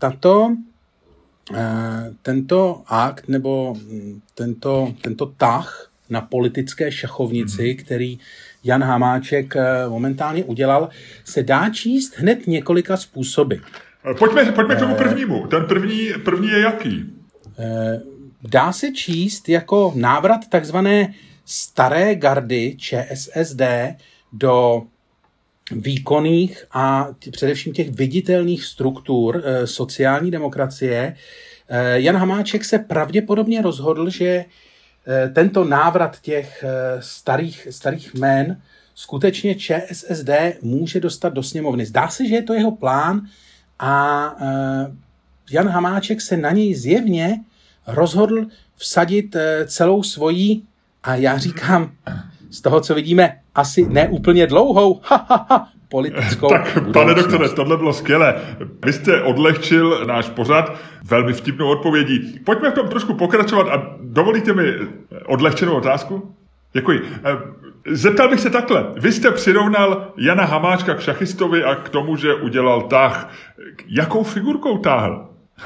Tento akt nebo tento tah na politické šachovnici, který Jan Hamáček momentálně udělal, se dá číst hned několika způsoby. Pojďme k tomu prvnímu. Ten první je jaký? Dá se číst jako návrat takzvané staré gardy ČSSD do výkonných a především těch viditelných struktur sociální demokracie. Jan Hamáček se pravděpodobně rozhodl, že tento návrat těch starých jmén skutečně ČSSD může dostat do sněmovny. Zdá se, že je to jeho plán a Jan Hamáček se na něj zjevně rozhodl vsadit celou svojí, a já říkám, z toho, co vidíme, asi neúplně dlouhou, politickou Tak, budoucnost. Pane doktore, tohle bylo skvělé. Vy jste odlehčil náš pořad velmi vtipnou odpovědí. Pojďme v tom trošku pokračovat a dovolíte mi odlehčenou otázku? Děkuji. Zeptal bych se takhle. Vy jste přirovnal Jana Hamáčka k šachistovi a k tomu, že udělal tah. Jakou figurkou táhl?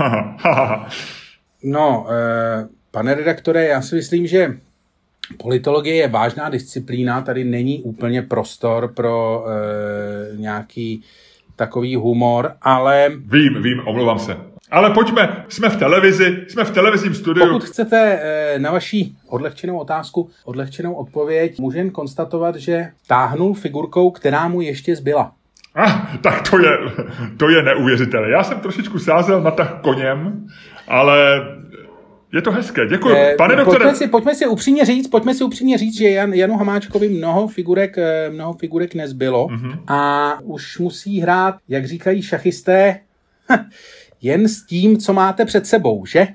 No, pane redaktore, já si myslím, že politologie je vážná disciplína, tady není úplně prostor pro nějaký takový humor, ale... Vím, omlouvám se. Ale pojďme, jsme v televizním studiu. Pokud chcete na vaši odlehčenou otázku, odlehčenou odpověď, můžeme konstatovat, že táhnul figurkou, která mu ještě zbyla. Tak to je neuvěřitelné. Já jsem trošičku sázel na tah koněm, ale je to hezké. Děkuji. Pane doktore. Pojďme si upřímně říct, že Janu Hamáčkovi mnoho figurek nezbylo a už musí hrát, jak říkají šachisté, jen s tím, co máte před sebou, že?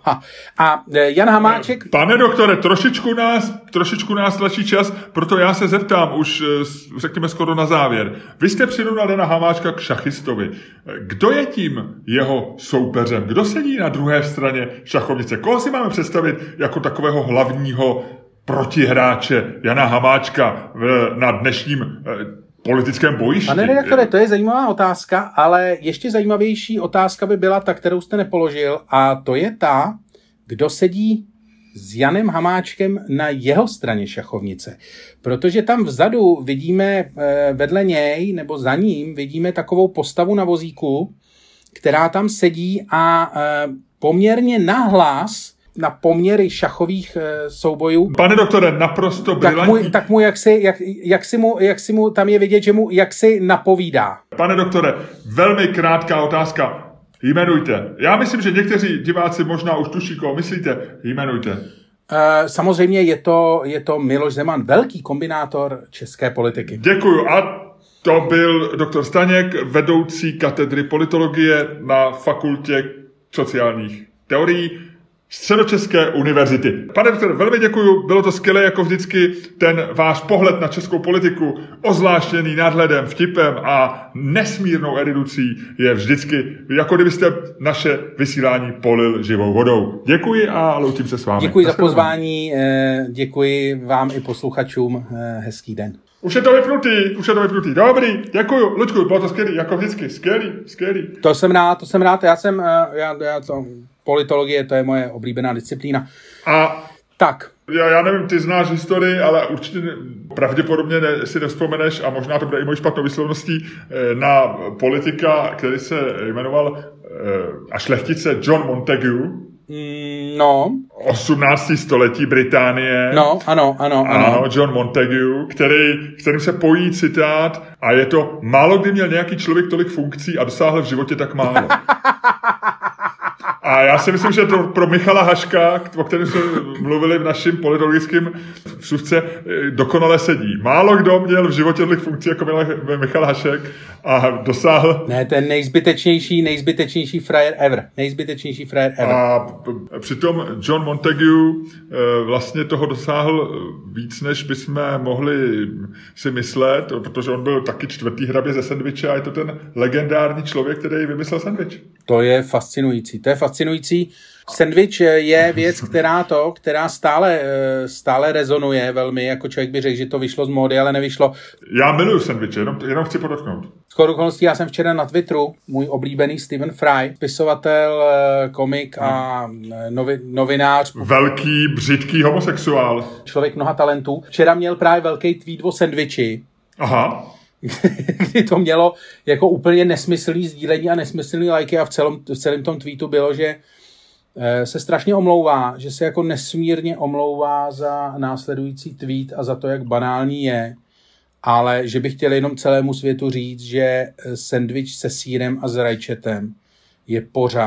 A Jan Hamáček... Pane doktore, trošičku nás tlačí čas, proto já se zeptám už, řekněme, skoro na závěr. Vy jste přirovnal Jana Hamáčka k šachistovi. Kdo je tím jeho soupeřem? Kdo sedí na druhé straně šachovnice? Koho si máme představit jako takového hlavního protihráče Jana Hamáčka na dnešním politickém bojišti? Pane redaktore, to je zajímavá otázka, ale ještě zajímavější otázka by byla ta, kterou jste nepoložil, a to je ta, kdo sedí s Janem Hamáčkem na jeho straně šachovnice. Protože tam vzadu vidíme vedle něj, nebo za ním vidíme takovou postavu na vozíku, která tam sedí a poměrně nahlas na poměry šachových soubojů. Pane doktore, naprosto brilantní. Tak mu jak si mu tam je vidět, že mu jaksi napovídá. Pane doktore, velmi krátká otázka. Jmenujte. Já myslím, že někteří diváci možná už tuší, koho myslíte. Jmenujte. Samozřejmě je to Miloš Zeman, velký kombinátor české politiky. Děkuju. A to byl doktor Staněk, vedoucí katedry politologie na fakultě sociálních teorií Středočeské univerzity. Pane doktore, velmi děkuju, bylo to skvělé jako vždycky, ten váš pohled na českou politiku, ozvláštěný nadhledem, vtipem a nesmírnou erudicí je vždycky, jako kdybyste naše vysílání polil živou vodou. Děkuji a loučím se s vámi. Děkuji za pozvání, děkuji vám i posluchačům, hezký den. Už je to vypnutý. Dobrý, děkuju. Luďku, bylo to skvělý, jako vždycky, skvělý. To jsem rád, politologie, to je moje oblíbená disciplína. A tak. Já nevím, ty znáš historii, ale určitě pravděpodobně si nevzpomeneš, a možná to bude i mojí špatnou výslovností, na politika, který se jmenoval a šlechtice John Montagu. No. 18. století Británie. No, ano. Ano, John Montagu, kterým se pojí citát, a je to: málo kdy měl nějaký člověk tolik funkcí a dosáhl v životě tak málo. A já si myslím, že to pro Michala Haška, o kterém jsme mluvili v našem politologickém vsuvce, dokonale sedí. Málo kdo měl v životě tolik funkcí, jako měl Michal Hašek, a dosáhl... Ne, ten nejzbytečnější frajer ever. A přitom John Montagu vlastně toho dosáhl víc, než bychom mohli si myslet, protože on byl taky čtvrtý hrabě ze sendviče a je to ten legendární člověk, který vymyslel sendvič. To je fascinující. Sendvič je věc, která stále rezonuje velmi, jako člověk by řekl, že to vyšlo z módy, ale nevyšlo. Já miluju sendviče, jenom chci podotknout. Shodou okolností, já jsem včera na Twitteru, můj oblíbený Stephen Fry, spisovatel, komik a novinář. Velký, břitký homosexuál. Člověk mnoha talentů. Včera měl právě velký tweet o sendviči. Aha. Kdy to mělo jako úplně nesmyslný sdílení a nesmyslný lajky, a v celém tom tweetu bylo, že se strašně omlouvá, že se jako nesmírně omlouvá za následující tweet a za to, jak banální je, ale že by chtěl jenom celému světu říct, že sendvič se sýrem a s rajčetem je pořád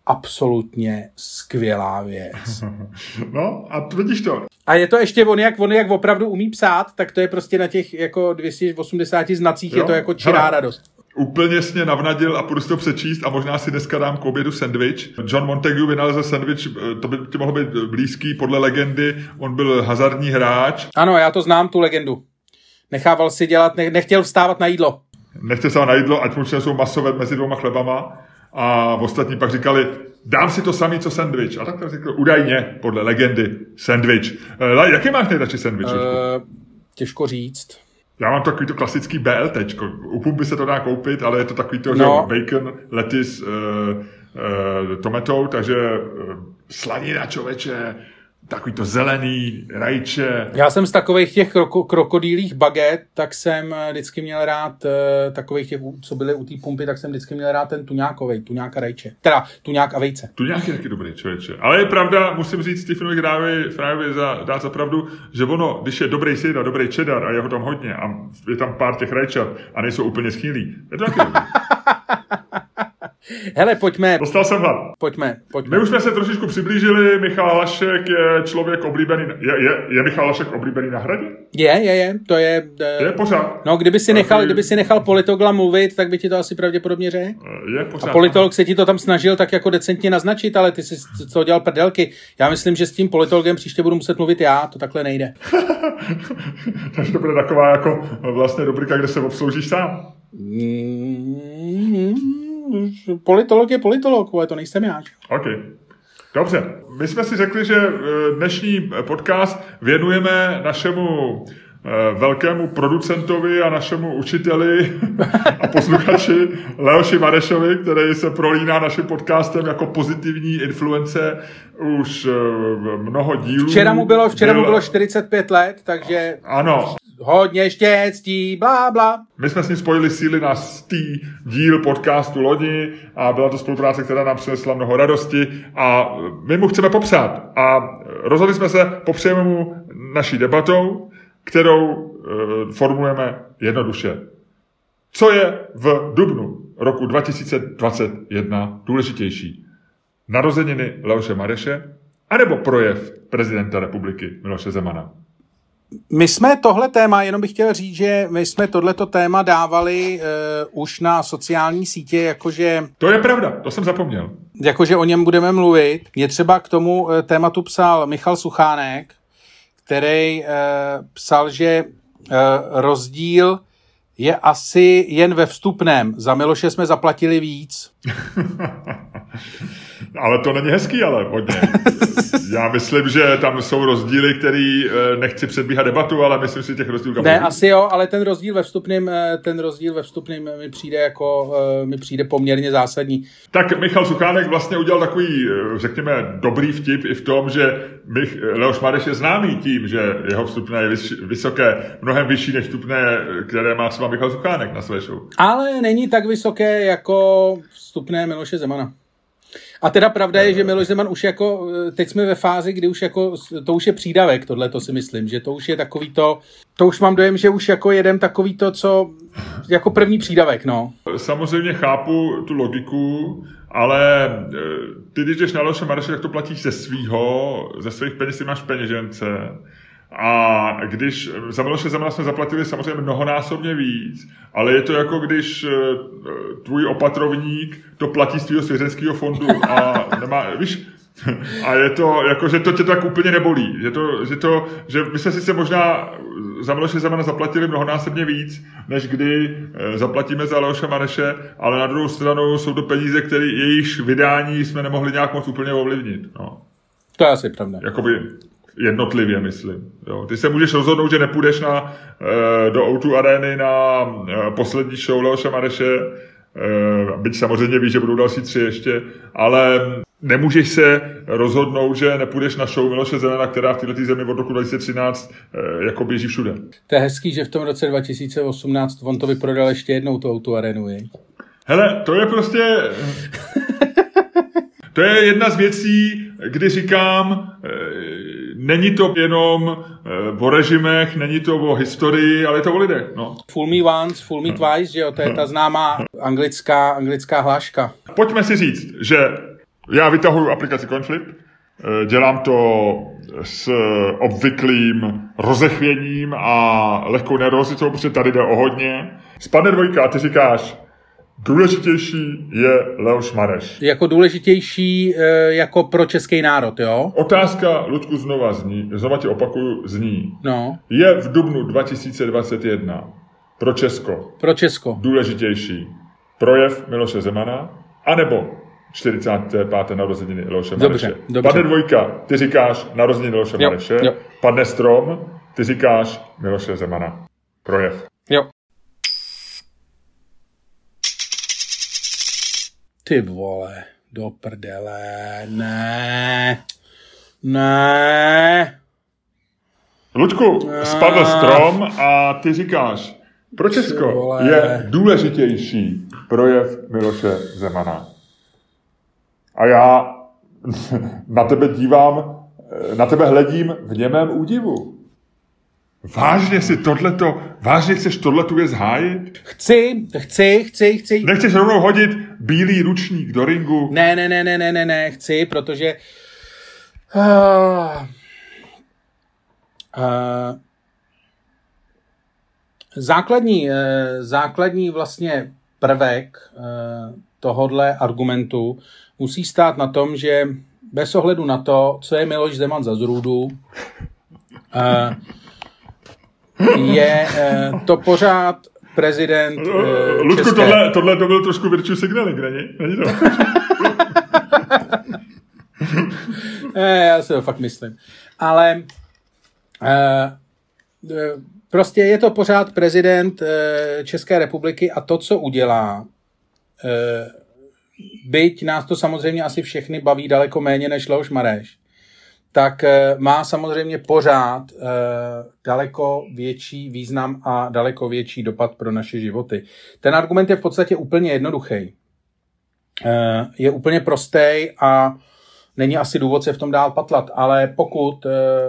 absolutně skvělá věc. No a vidíš to. A je to ještě on jak opravdu umí psát, tak to je prostě na těch jako 280 znacích, jo? Je to jako čirá radost. Úplně jsi mě navnadil a půjdu si to přečíst a možná si dneska dám k obědu sendvič. John Montagu vynalezl sendvič, to by ti mohlo být blízký, podle legendy, on byl hazardní hráč. Ano, já to znám, tu legendu. Nechával si dělat, nechtěl vstávat na jídlo. Nechtěl vstávat na jídlo, ať mu přinesou masové mezi dvěma chlebama a ostatní pak říkali, dám si to samý, co sendvič. A tak to řekl, údajně, podle legendy, sendvič. Jaký máš nejradši sendvič? Těžko říct. Já mám takový to klasický BLTčko. U pumpy se to dá koupit, ale je to takový to, že bacon, lettuce, tomato, takže slanina, člověče, takový to zelený, rajče. Já jsem z takových těch krokodýlích baget, tak jsem vždycky měl rád takových těch, co byly u té pumpy, tak jsem vždycky měl rád ten tuňákovej, tuňák a rajče. Teda tuňák a vejce. Tuňák je taky dobrý, člověče. Ale je pravda, musím říct Stephenovi Fryovi dát za pravdu, že ono, když je dobrý syr a dobrý cheddar a je ho tam hodně a je tam pár těch rajčat a nejsou úplně schýlí, je to taky dobrý. Hele, pojďme. Dostal jsem hlad. Pojďme. My už jsme se trošičku přiblížili. Michal Hašek je člověk oblíbený. Je Michal Hašek oblíbený na Hradě? Je. To je... Je pořád. No, kdyby si nechal politologa mluvit, tak by ti to asi pravděpodobně řekl. Je pořád. A politolog se ti to tam snažil tak jako decentně naznačit, ale ty jsi to dělal prdelky. Já myslím, že s tím politologem příště budu muset mluvit já, to takhle nejde. Takže to bude taková jako vlastně rubrika, kde se obsloužíš sám. Politolog je politolog, ale to nejsem já. OK. Dobře. My jsme si řekli, že dnešní podcast věnujeme našemu velkému producentovi a našemu učiteli a posluchači Leoši Marešovi, který se prolíná naším podcastem jako pozitivní influence už mnoho dílů. Včera mu bylo 45 let, takže... Ano. Hodně štěstí, blá, blá. My jsme s ním spojili síly na 100 díl podcastu Loni a byla to spolupráce, která nám přinesla mnoho radosti a my mu chceme popřát. A rozhodli jsme se, popřejeme mu naší debatou, kterou formulujeme jednoduše. Co je v dubnu roku 2021 důležitější? Narozeniny Leoše Mareše anebo projev prezidenta republiky Miloše Zemana? My jsme tohle téma, jenom bych chtěl říct, že my jsme tohleto téma dávali už na sociální sítě, jakože... To je pravda, to jsem zapomněl. Jakože o něm budeme mluvit. Mě třeba k tomu tématu psal Michal Suchánek, který psal, že rozdíl je asi jen ve vstupném. Za Miloše jsme zaplatili víc. Ale to není hezký, ale hodně. Já myslím, že tam jsou rozdíly, který nechci předbíhat debatu, ale myslím si těch rozdílů. Ne, asi jo, ale ten rozdíl ve vstupném mi přijde poměrně zásadní. Tak Michal Suchánek vlastně udělal takový, řekněme, dobrý vtip i v tom, že Leoš Mareš je známý tím, že jeho vstupné je vysoké, mnohem vyšší než vstupné, které má třeba Michal Suchánek na své show. Ale není tak vysoké jako vstupné Miloše Zemana. A teda pravda je, že Miloš Zeman už jako, teď jsme ve fázi, kdy už jako, to už je přídavek, tohle to si myslím, že to už je takový to už mám dojem, že už jako jedem takový to, co, jako první přídavek, no. Samozřejmě chápu tu logiku, ale ty, když jdeš na Leoše Mareše, tak to platíš ze svých peněz, ty máš peněžence. A když za Miloše Zemana jsme zaplatili samozřejmě mnohonásobně víc, ale je to jako když tvůj opatrovník to platí z tvýho svěřenského fondu a nemá, víš, a je to jako, že to tě tak úplně nebolí, že my jsme sice možná za Miloše Zemana zaplatili mnohonásobně víc, než kdy zaplatíme za Leoše Mareše, ale na druhou stranu jsou to peníze, které jejichž vydání jsme nemohli nějak moc úplně ovlivnit. No. To je asi pravda. Jakoby jednotlivě, myslím. Jo. Ty se můžeš rozhodnout, že nepůjdeš do O2 Areny na poslední show Leoše Mareše, byť samozřejmě víš, že budou další 3 ještě, ale nemůžeš se rozhodnout, že nepůjdeš na show Miloše Zemana, která v této zemi od roku 2013 jako běží všude. To je hezký, že v tom roce 2018 on to vyprodal ještě jednou, tu O2 Arenu, je? Hele, to je prostě... To je jedna z věcí, kdy říkám, není to jenom o režimech, není to o historii, ale je to o lidech. No. Fool me once, fool me twice, že jo, to je ta známá anglická hláška. Pojďme si říct, že Já vytahuju aplikaci Conflip, dělám to s obvyklým rozechvěním a lehkou nervozitou, protože tady jde o hodně. Spadne dvojka a ty říkáš, důležitější je Leoš Mareš. Jako důležitější jako pro český národ, jo? Otázka, Luďku, znova ti opakuju, zní. No. Je v dubnu 2021 pro Česko důležitější projev Miloše Zemana, anebo 45. narozeniny Leoše Mareše. Dobře. Padne dvojka, ty říkáš narozeniny Leoše Mareše. Jo. Padne strom, ty říkáš Miloše Zemana. Projev. Jo. Ty vole, do prdele, ne. Luďku, spadl strom a ty říkáš, pro Česko je důležitější projev Miloše Zemana. A já na tebe dívám, na tebe hledím v němém údivu. Vážně chceš tohletu věc hájit? Chci. Nechceš rovnou hodit bílý ručník do ringu? Ne, chci, protože základní vlastně prvek tohodle argumentu musí stát na tom, že bez ohledu na to, co je Miloš Zeman za zrůdu, je to pořád prezident Ludku, tohle to byl trošku virtue signaling, není to? Já si to fakt myslím. Ale prostě je to pořád prezident České republiky a to, co udělá, byť nás to samozřejmě asi všechny baví daleko méně než Leoš Mareš, tak má samozřejmě pořád daleko větší význam a daleko větší dopad pro naše životy. Ten argument je v podstatě úplně jednoduchý. Je úplně prostý a není asi důvod se v tom dál patlat, ale pokud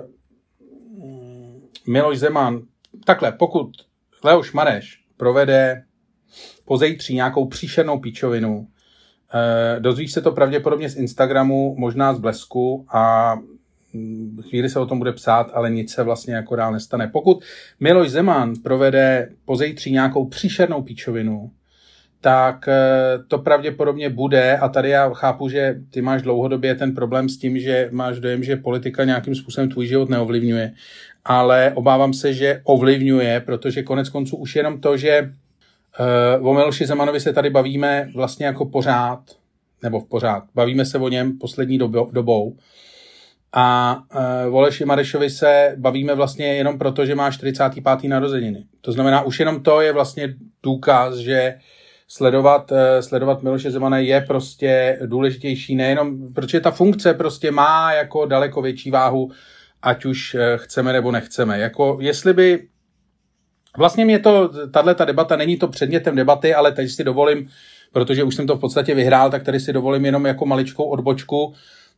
Miloš Zeman, pokud Leoš Mareš provede pozejtří nějakou příšernou píčovinu, dozvíš se to pravděpodobně z Instagramu, možná z Blesku a chvíli se o tom bude psát, ale nic se vlastně jako dál nestane. Pokud Miloš Zeman provede pozejtří nějakou příšernou píčovinu, tak to pravděpodobně bude, a tady já chápu, že ty máš dlouhodobě ten problém s tím, že máš dojem, že politika nějakým způsobem tvůj život neovlivňuje, ale obávám se, že ovlivňuje, protože konec konců už jenom to, že o Miloši Zemanovi se tady bavíme vlastně jako pořád, bavíme se o něm poslední dobou, a o Leoši Marešovi se bavíme vlastně jenom proto, že má 45. narozeniny. To znamená, už jenom to je vlastně důkaz, že sledovat Miloše Zemana je prostě důležitější, nejenom, protože ta funkce prostě má jako daleko větší váhu, ať už chceme nebo nechceme. Jako jestli by, vlastně mě tato debata není to předmětem debaty, ale teď si dovolím, protože už jsem to v podstatě vyhrál, tak tady si dovolím jenom jako maličkou odbočku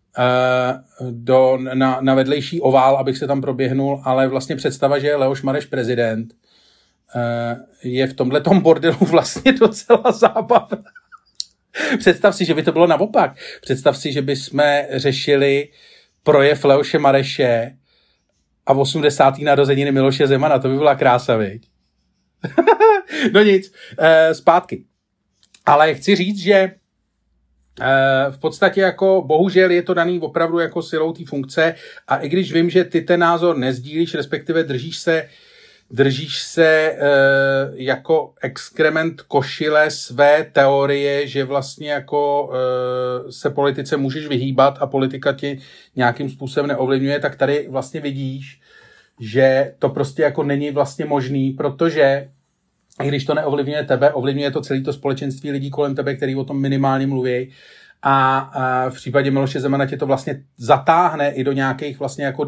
na vedlejší ovál, abych se tam proběhnul, ale vlastně představa, že je Leoš Mareš prezident, je v tomhletom bordelu vlastně docela zábavná. Představ si, že by to bylo naopak. Představ si, že bychom řešili projev Leoše Mareše a 80. narozeniny Miloše Zemana. To by byla krása, viď? No nic, zpátky. Ale chci říct, že v podstatě jako bohužel je to daný opravdu jako silou té funkce a i když vím, že ty ten názor nezdílíš, respektive držíš se jako exkrement košile své teorie, že vlastně jako se politice můžeš vyhýbat a politika ti nějakým způsobem neovlivňuje, tak tady vlastně vidíš, že to prostě jako není vlastně možný, protože i když to neovlivňuje tebe, ovlivňuje to celé to společenství lidí kolem tebe, který o tom minimálně mluví. A v případě Miloše Zemana tě to vlastně zatáhne i do nějakých vlastně jako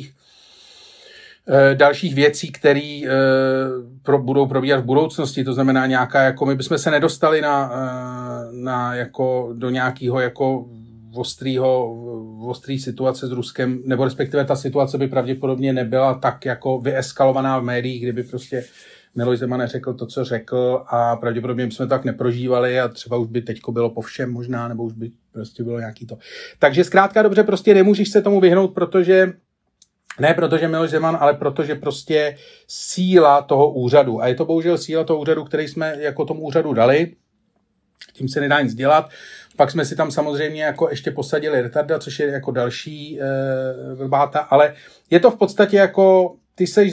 dalších věcí, které budou probíhat v budoucnosti. To znamená nějaká, jako my bychom se nedostali na jako do nějakého jako ostrý situace s Ruskem, nebo respektive ta situace by pravděpodobně nebyla tak jako vyeskalovaná v médiích, kdyby prostě Miloš Zeman neřekl to, co řekl a pravděpodobně bychom to tak neprožívali a třeba už by teďko bylo po všem možná, nebo už by prostě bylo nějaký to. Takže zkrátka dobře, prostě nemůžeš se tomu vyhnout, protože Miloš Zeman, ale protože prostě síla toho úřadu. A je to bohužel síla toho úřadu, který jsme jako tomu úřadu dali. Tím se nedá nic dělat. Pak jsme si tam samozřejmě jako ještě posadili retarda, což je jako další vrbáta, ale je to v podstatě jako ty seš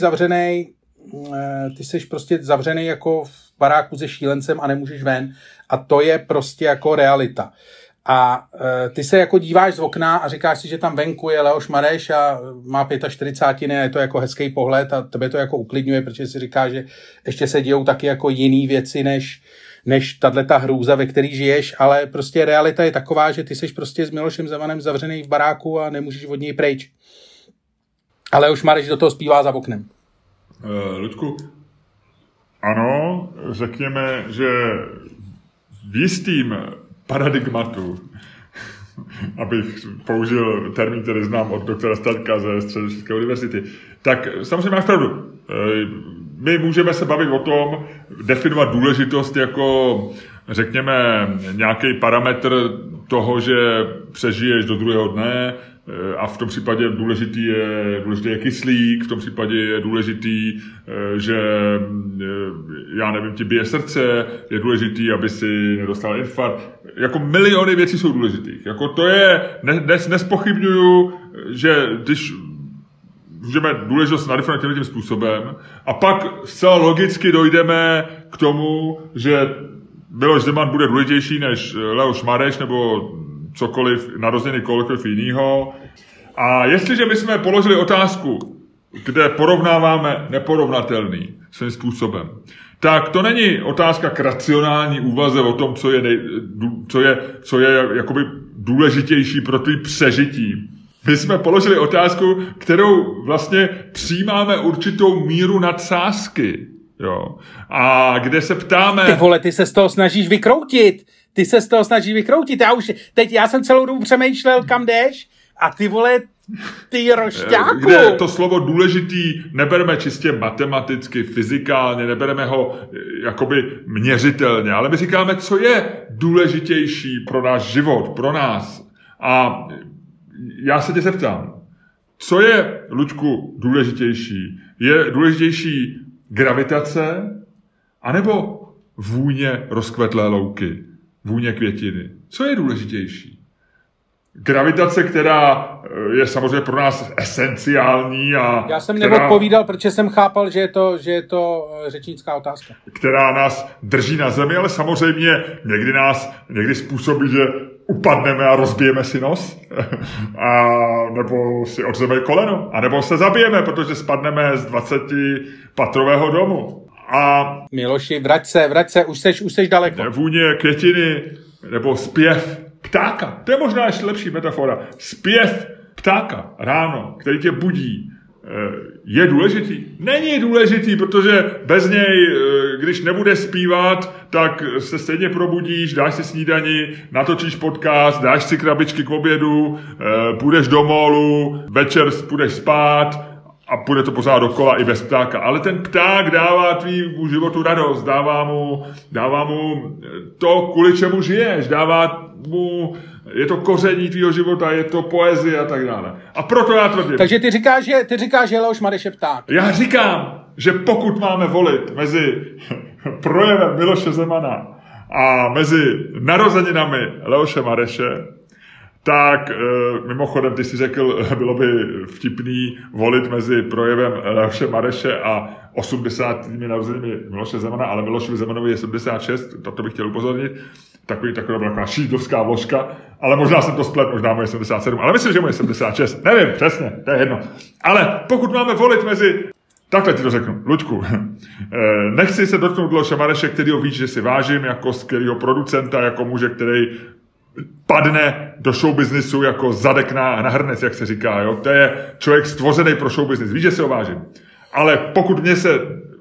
prostě zavřenej jako v baráku se šílencem a nemůžeš ven. A to je prostě jako realita. A ty se jako díváš z okna a říkáš si, že tam venku je Leoš Mareš a má 45 a je to jako hezký pohled a tebe to jako uklidňuje, protože si říkáš, že ještě se dějou taky jako jiný věci, než tato hrůza, ve který žiješ, ale prostě realita je taková, že ty seš prostě s Milošem Zemanem zavřený v baráku a nemůžeš od něj pryč. Ale už Mareš do toho zpívá za oknem. Luďku, ano, řekněme, že v jistým paradigmatu, abych použil termín, který znám od doktora Staňka ze Středočeské univerzity, tak samozřejmě máš pravdu. My můžeme se bavit o tom, definovat důležitost jako, řekněme, nějaký parametr toho, že přežiješ do druhého dne a v tom případě důležitý je kyslík, v tom případě je důležitý, že, já nevím, ti bije srdce, je důležitý, aby si nedostal infarkt. Jako miliony věcí jsou důležitých. Jako to je, nespochybňuju, že když můžeme důležitost nadefinovat tím způsobem a pak zcela logicky dojdeme k tomu, že Miloš Zeman bude důležitější než Leoš Mareš nebo cokoliv, narozený kohokoliv jinýho. A jestliže my jsme položili otázku, kde porovnáváme neporovnatelný svým způsobem, tak to není otázka k racionální úvaze o tom, co je jakoby důležitější pro tvý přežití. My jsme položili otázku, kterou vlastně přijímáme určitou míru nadsázky. Jo. A kde se ptáme... Ty vole, ty se z toho snažíš vykroutit. Já jsem celou dobu přemýšlel, kam jdeš a ty vole, ty rošťáku. Kde to slovo důležitý nebereme čistě matematicky, fyzikálně, nebereme ho jakoby měřitelně, ale my říkáme, co je důležitější pro náš život, pro nás. A já se tě zeptám, co je, Luďku, důležitější? Je důležitější gravitace anebo vůně rozkvetlé louky, vůně květiny? Co je důležitější? Gravitace, která je samozřejmě pro nás esenciální a... Já jsem neodpovídal, protože jsem chápal, že je to řečnická otázka. Která nás drží na zemi, ale samozřejmě někdy způsobí, že upadneme a rozbijeme si nos, a nebo si odřeme koleno, a nebo se zabijeme, protože spadneme z 20-patrového domu. A Miloši, vrať se, už seš daleko. Vůně květiny, nebo zpěv ptáka. To je možná ještě lepší metafora. Zpěv ptáka ráno, který tě budí, je důležitý? Není důležitý, protože bez něj, když nebude zpívat, tak se stejně probudíš, dáš si snídani, natočíš podcast, dáš si krabičky k obědu, půjdeš do molu, večer půjdeš spát a půjde to pořád dokola i bez ptáka. Ale ten pták dává tvýmu životu radost, dává mu to, kvůli čemu žiješ, je to koření tvýho života, je to poezie a tak dále. A proto já tvrdím. Takže ty říkáš, že Leoš Mareš je pták. Já říkám, že pokud máme volit mezi projevem Miloše Zemana a mezi narozeninami Leoše Mareše, tak mimochodem ty si řekl, bylo by vtipný volit mezi projevem Leoše Mareše a 80. narozeninami Miloše Zemana, ale Milošovi Zemanovi je 76, to bych chtěl upozornit. Taková byla taková šídlovská vložka, ale možná jsem to splet, možná mu je 77, ale myslím, že mu je 76, nevím, přesně, to je jedno. Ale pokud máme volit mezi... Takhle ti to řeknu, Luďku, nechci se dotknout Leoše Mareše, kterýho víš, že si vážím, jako skvělýho producenta, jako muže, který padne do showbiznisu jako zadek na hrnec, jak se říká, jo? To je člověk stvořený pro showbiznis, víš, že si ho vážím. Ale pokud mě se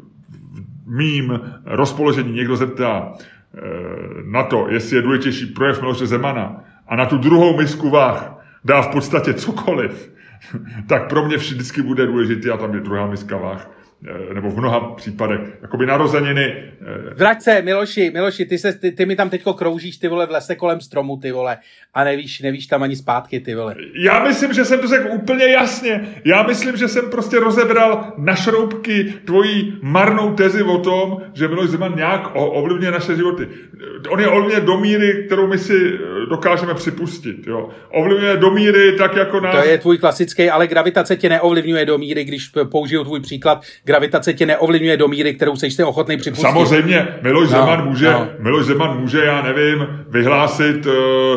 mým rozpoložení někdo zeptá na to, jestli je důležitější projev Miloše Zemana a na tu druhou misku váh dá v podstatě cokoliv, tak pro mě vždycky bude důležitý a tam je druhá miska váh nebo v mnoha případech, jakoby narozeniny. Vrať se, Miloši, ty mi tam teďko kroužíš, ty vole, v lese kolem stromu, ty vole, a nevíš tam ani zpátky, ty vole. Já myslím, že jsem to řekl úplně jasně. Já myslím, že jsem prostě rozebral na šroubky tvojí marnou tezi o tom, že Miloš Zeman nějak ovlivňuje naše životy. On je ovlivňuje do míry, kterou my si dokážeme připustit. Jo. Ovlivňuje do míry tak, jako nás... To je tvůj klasický, ale gravitace tě neovlivňuje do míry, když použiju tvůj příklad, gravitace tě neovlivňuje do míry, kterou seš si ochotný připustit. Samozřejmě, Miloš Zeman může, já nevím, vyhlásit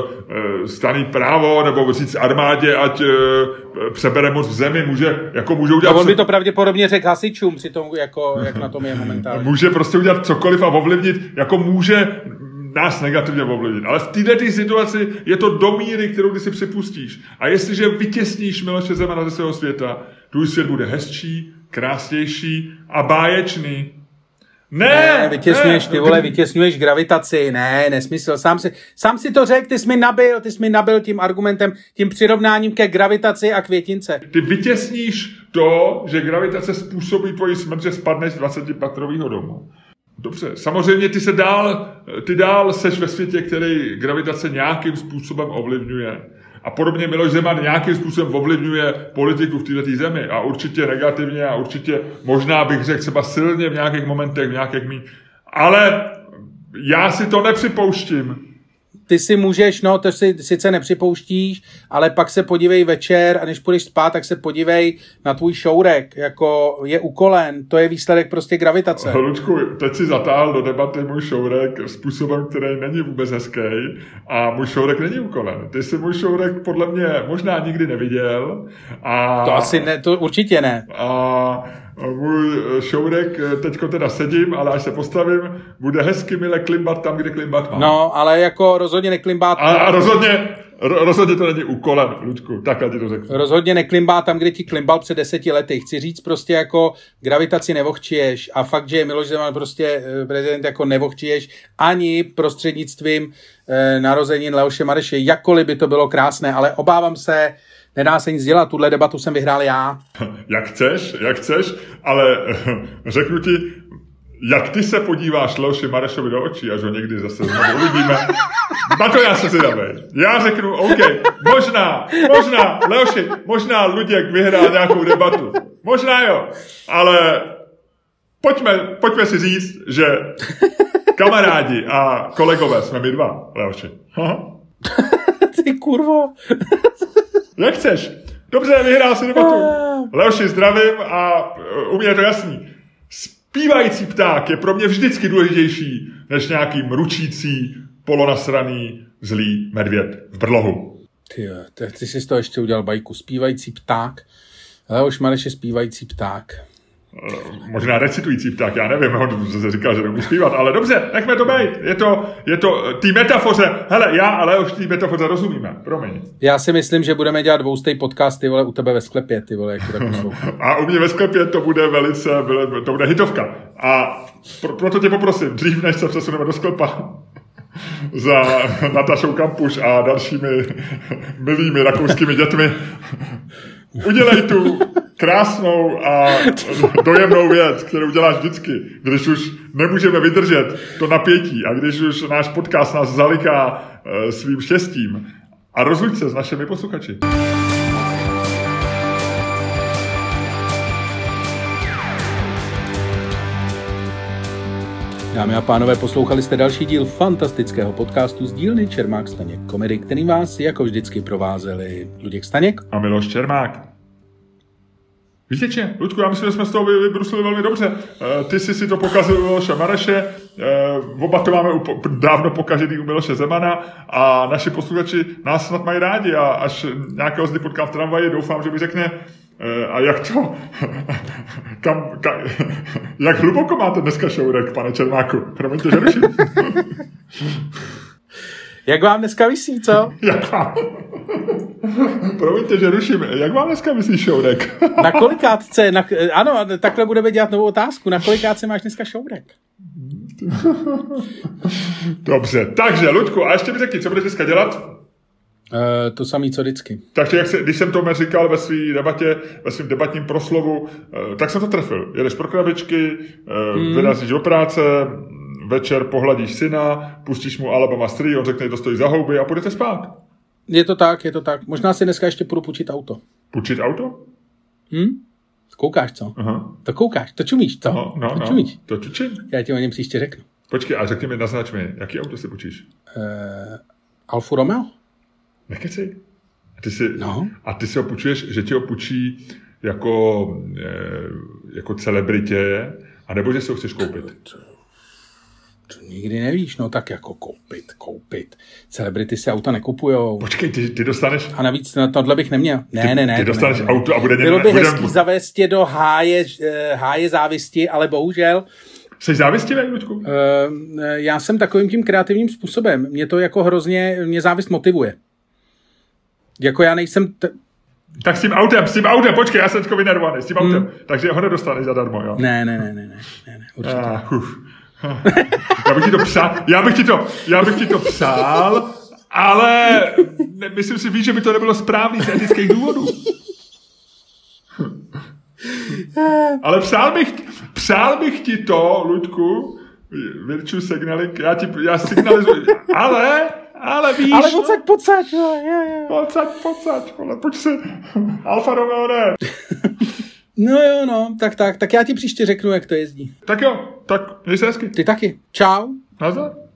stanný právo, nebo říct armádě, ať přebere moc v zemi, může udělat... No, on by to pravděpodobně řekl hasičům při tom, jako, jak na tom je momentálně. Může prostě udělat cokoliv a ovlivnit, jako může nás negativně ovlivnit. Ale v této situaci je to do míry, kterou ty si připustíš. A jestliže vytěsníš Miloše Zemana ze svého světa, tvůj svět bude hezčí, krásnější a báječný. Ne, vytěsňuješ gravitaci, nesmysl, sám si to řekl, ty jsi mi nabil tím argumentem, tím přirovnáním ke gravitaci a květince. Ty vytěsníš to, že gravitace způsobí tvoji smrt, že spadneš z 20-patrového domu. Dobře, samozřejmě ty dál seš ve světě, který gravitace nějakým způsobem ovlivňuje. A podobně Miloš Zeman nějakým způsobem ovlivňuje politiku v této zemi. A určitě negativně a určitě možná bych řekl třeba silně v nějakých momentech, v nějakých ale já si to nepřipouštím. Ty si můžeš, to si sice nepřipouštíš, ale pak se podívej večer a než půjdeš spát, tak se podívej na tvůj šourek, jako je ukolen, to je výsledek prostě gravitace. Luďku, teď si zatáhl do debaty můj šourek způsobem, který není vůbec hezký a můj šourek není ukolen. Ty jsi můj šourek podle mě možná nikdy neviděl. To asi ne, to určitě ne. A můj šourek, teďko teda sedím, ale až se postavím, bude hezky mile klimbat tam, kde klimbat má. No, ale jako rozhodně neklimbá... A rozhodně to není úkolem, Luďku, takhle ti to řeknu. Rozhodně neklimbá tam, kde ti klimbal před 10 lety. Chci říct prostě jako gravitaci nevohčiješ a fakt, že Miloš Zeman prostě prezident jako nevohčiješ ani prostřednictvím narozenin Leoše Mareše, jakkoliv by to bylo krásné, ale obávám se, nedá se nic dělat, tuhle debatu jsem vyhrál já. Jak chceš, ale řeknu ti, jak ty se podíváš Leoši Marešovi do očí, až ho někdy zase znovu uvidíme, na to já se zvědavej. Já řeknu, OK, možná, Leoši, možná Luděk vyhrál nějakou debatu. Možná jo, ale pojďme si říct, že kamarádi a kolegové jsme my dva, Leoši. Ty kurvo. Jak chceš? Dobře, vyhrál si debatu. Leoši, zdravím a u mě je to jasný. Zpívající pták je pro mě vždycky důležitější než nějaký mručící, polonasraný, zlý medvěd v brlohu. Ty jsi z toho ještě udělal bajku. Zpívající pták. Leoš Mareš je zpívající pták. Možná recitující pták, já nevím, on se říkal, že nemůžu zpívat, ale dobře, nechme to být. Je to tý metafoře, hele, já a Leoš tý metafoře rozumíme, promiň. Já si myslím, že budeme dělat dvoustej podcast, ty vole, u tebe ve sklepě, ty vole, jak to tak poslouchám. A u mě ve sklepě to bude to bude hitovka. A proto tě poprosím, dřív než se přesuneme do sklepa, za Natašou Kampuš a dalšími milými rakouskými dětmi, udělej tu krásnou a dojemnou věc, kterou děláš vždycky, když už nemůžeme vydržet to napětí a když už náš podcast nás zaliká svým štěstím. A rozluč se s našimi posluchači. Dámy a pánové, poslouchali jste další díl fantastického podcastu z dílny Čermák Staněk Komedy, kterým vás jako vždycky provázeli Luděk Staněk a Miloš Čermák. Víte, Luďku, já myslím, že jsme z toho vybruslili velmi dobře. Ty jsi si to pokazil u Miloše Mareše, oba to máme dávno pokažený u Miloše Zemana a naši posluchači nás snad mají rádi a až nějakého z nich potkám v tramvaji, doufám, že mi řekne, a jak to, jak hluboko máte dneska šourek, pane Čermáku? Promiňte, že ruším. Jak vám dneska visí, co? Promiňte, že ruším. Jak vám dneska visí šourek? Na kolikátce? Ano, takhle budeme dělat novou otázku. Na kolikátce máš dneska šourek? Dobře, takže, Luďku, a ještě mi řekni, co budeš dneska dělat? To samý, co vždycky. Takže když jsem to říkal ve své debatě, ve svém debatním proslovu, tak jsem to trefil. Jedeš pro krabičky, vyrazíš do práce, večer pohladíš syna, pustíš mu Alabama 3, on řekne, že to stojí za houby a půjdete spát. Je to tak. Možná si dneska ještě půjdu půjčit auto. Půjčit auto? Koukáš, co? Aha. To koukáš, to čumíš, co? To čumíš. To čučím. Já ti o něm příště řeknu. Počkej, a řekni mi, naznač mi, jaký auto si půjčíš? Alfa Romeo? Nekecej. A ty si ho půjčuješ, že ti ho půjčí jako celebritě, anebo že si ho chceš koupit? To nikdy nevíš, no tak jako koupit. Celebrity si auta nekupujou. Počkej, ty dostaneš... A navíc na tohle bych neměl. Ne. Ty dostaneš auto a bude... Bylo by hezký zavést tě do háje závisti, ale bohužel... Jsi závistivý, Luďku? Já jsem takovým tím kreativním způsobem. Mě to jako hrozně... Mě závist motivuje. Jako já nejsem... Tak s tím autem, počkej, já jsem teďko vynervovaný, s tím autem. Takže ho nedostaneš zadarmo, jo? Ne, určitě. Já bych ti to psal, ale myslím si, víš, že by to nebylo správný z etických důvodů. Ale přál bych ti to, Luďku, Virtue Signaling, já signalizuji, ale víš... Ale pocať, Pocať, pojď si, Alfa Romeo ne. No, tak já ti příště řeknu, jak to jezdí. Tak jo, tak měj se hezky. Ty taky. Čau. Nazdar.